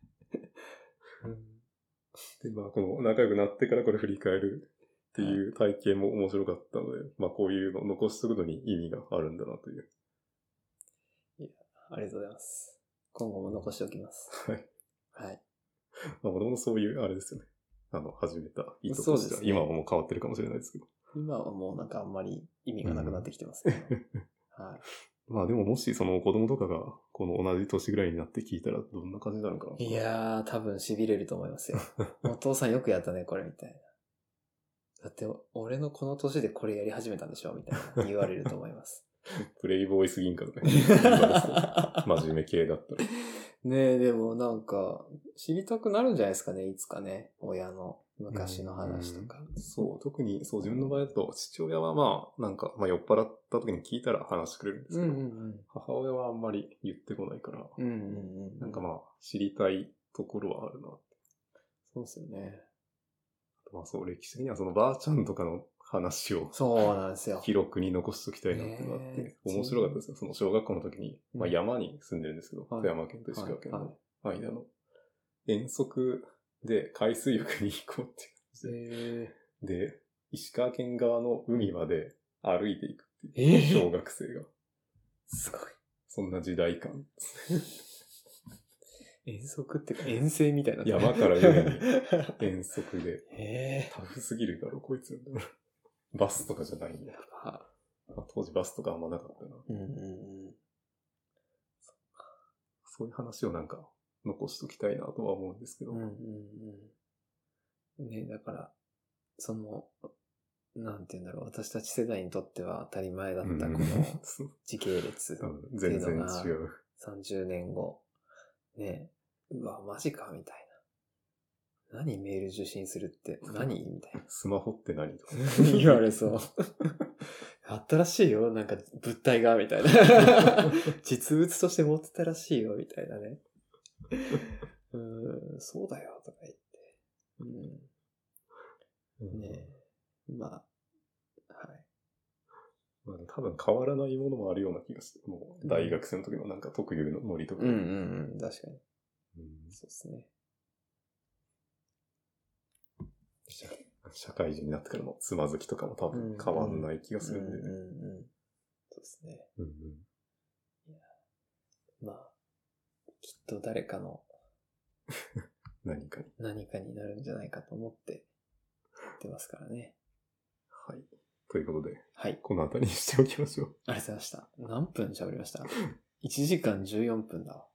で、まあ、この仲良くなってからこれ振り返るっていう体験も面白かったので、はい、まあ、こういうのを残しておくのに意味があるんだなという。 いや、ありがとうございます。今後も残しておきます。 はい。 はい。 まあ、もともとそういう、あれですよね。あの、始めた意図としては、ね、今はもう変わってるかもしれないですけど。 今はもうなんかあんまり意味がなくなってきてますね。うん、はい。 まあでももしその子供とかがこの同じ年ぐらいになって聞いたらどんな感じになるのかな。 いやー、多分痺れると思いますよ。お父さんよくやったね、これみたいな。だって俺のこの年でこれやり始めたんでしょみたいな言われると思います。 プレイボーイス銀貨とか言われそう真面目系だったら。 ねえ、でもなんか知りたくなるんじゃないですかね、いつかね。親の昔の話とか。 うそう、特にそう自分の場合だと父親はまあなんか、まあ、酔っ払った時に聞いたら話してくれるんですけど、うんうんうん、母親はあんまり言ってこないから、うんうんうん、なんかまあ知りたいところはあるな。 そうですよね。 まあそう、歴史的にはそのばあちゃんとかの話をそうなんですよ。 記録に残しときたいなってのがあって、面白かったですよ。その小学校の時に、まあ山に住んでるんですけど、富山県と石川県の間の遠足で海水浴に行こうって感じで、で、石川県側の海まで歩いていくっていう、小学生が。 すごい。 そんな時代感。 遠足ってか遠征みたいな。 山から海に遠足で。へー。タフすぎるだろ、こいつ。バスとかじゃないんだ。まあ、当時バスとかあんまなかったな。うんうんうん。そういう話をなんか残しときたいなとは思うんですけど。うんうんうん。ね、だから、その、なんていうんだろう、私たち世代にとっては当たり前だったこの時系列っていうのが全然違う。 さんじゅうねんご。ねえ、うわ、マジかみたいな。何メール受信するって何みたいな。 スマホって何とか言われそう。あったらしいよ、なんか物体が、みたいな。実物として持ってたらしいよ、みたいなね。うーん、そうだよ、とか言って。うん。ねえ。まあ、はい。 まあ、多分変わらないものもあるような気がして、もう大学生の時のなんか特有のノリとか。 うんうんうん、確かに。うん、そうですね。 社会人になってからのつまずきとかも多分変わんない気がするんで。うんうんうん、 そうですね。うんうん、いやまあ、きっと誰かの何かに。 何かになるんじゃないかと思ってやってますからね。 はい。ということで、 はい。 この辺りにしておきましょう。 ありがとうございました。何分喋りました ?いち 時間じゅうよんぷんだわ。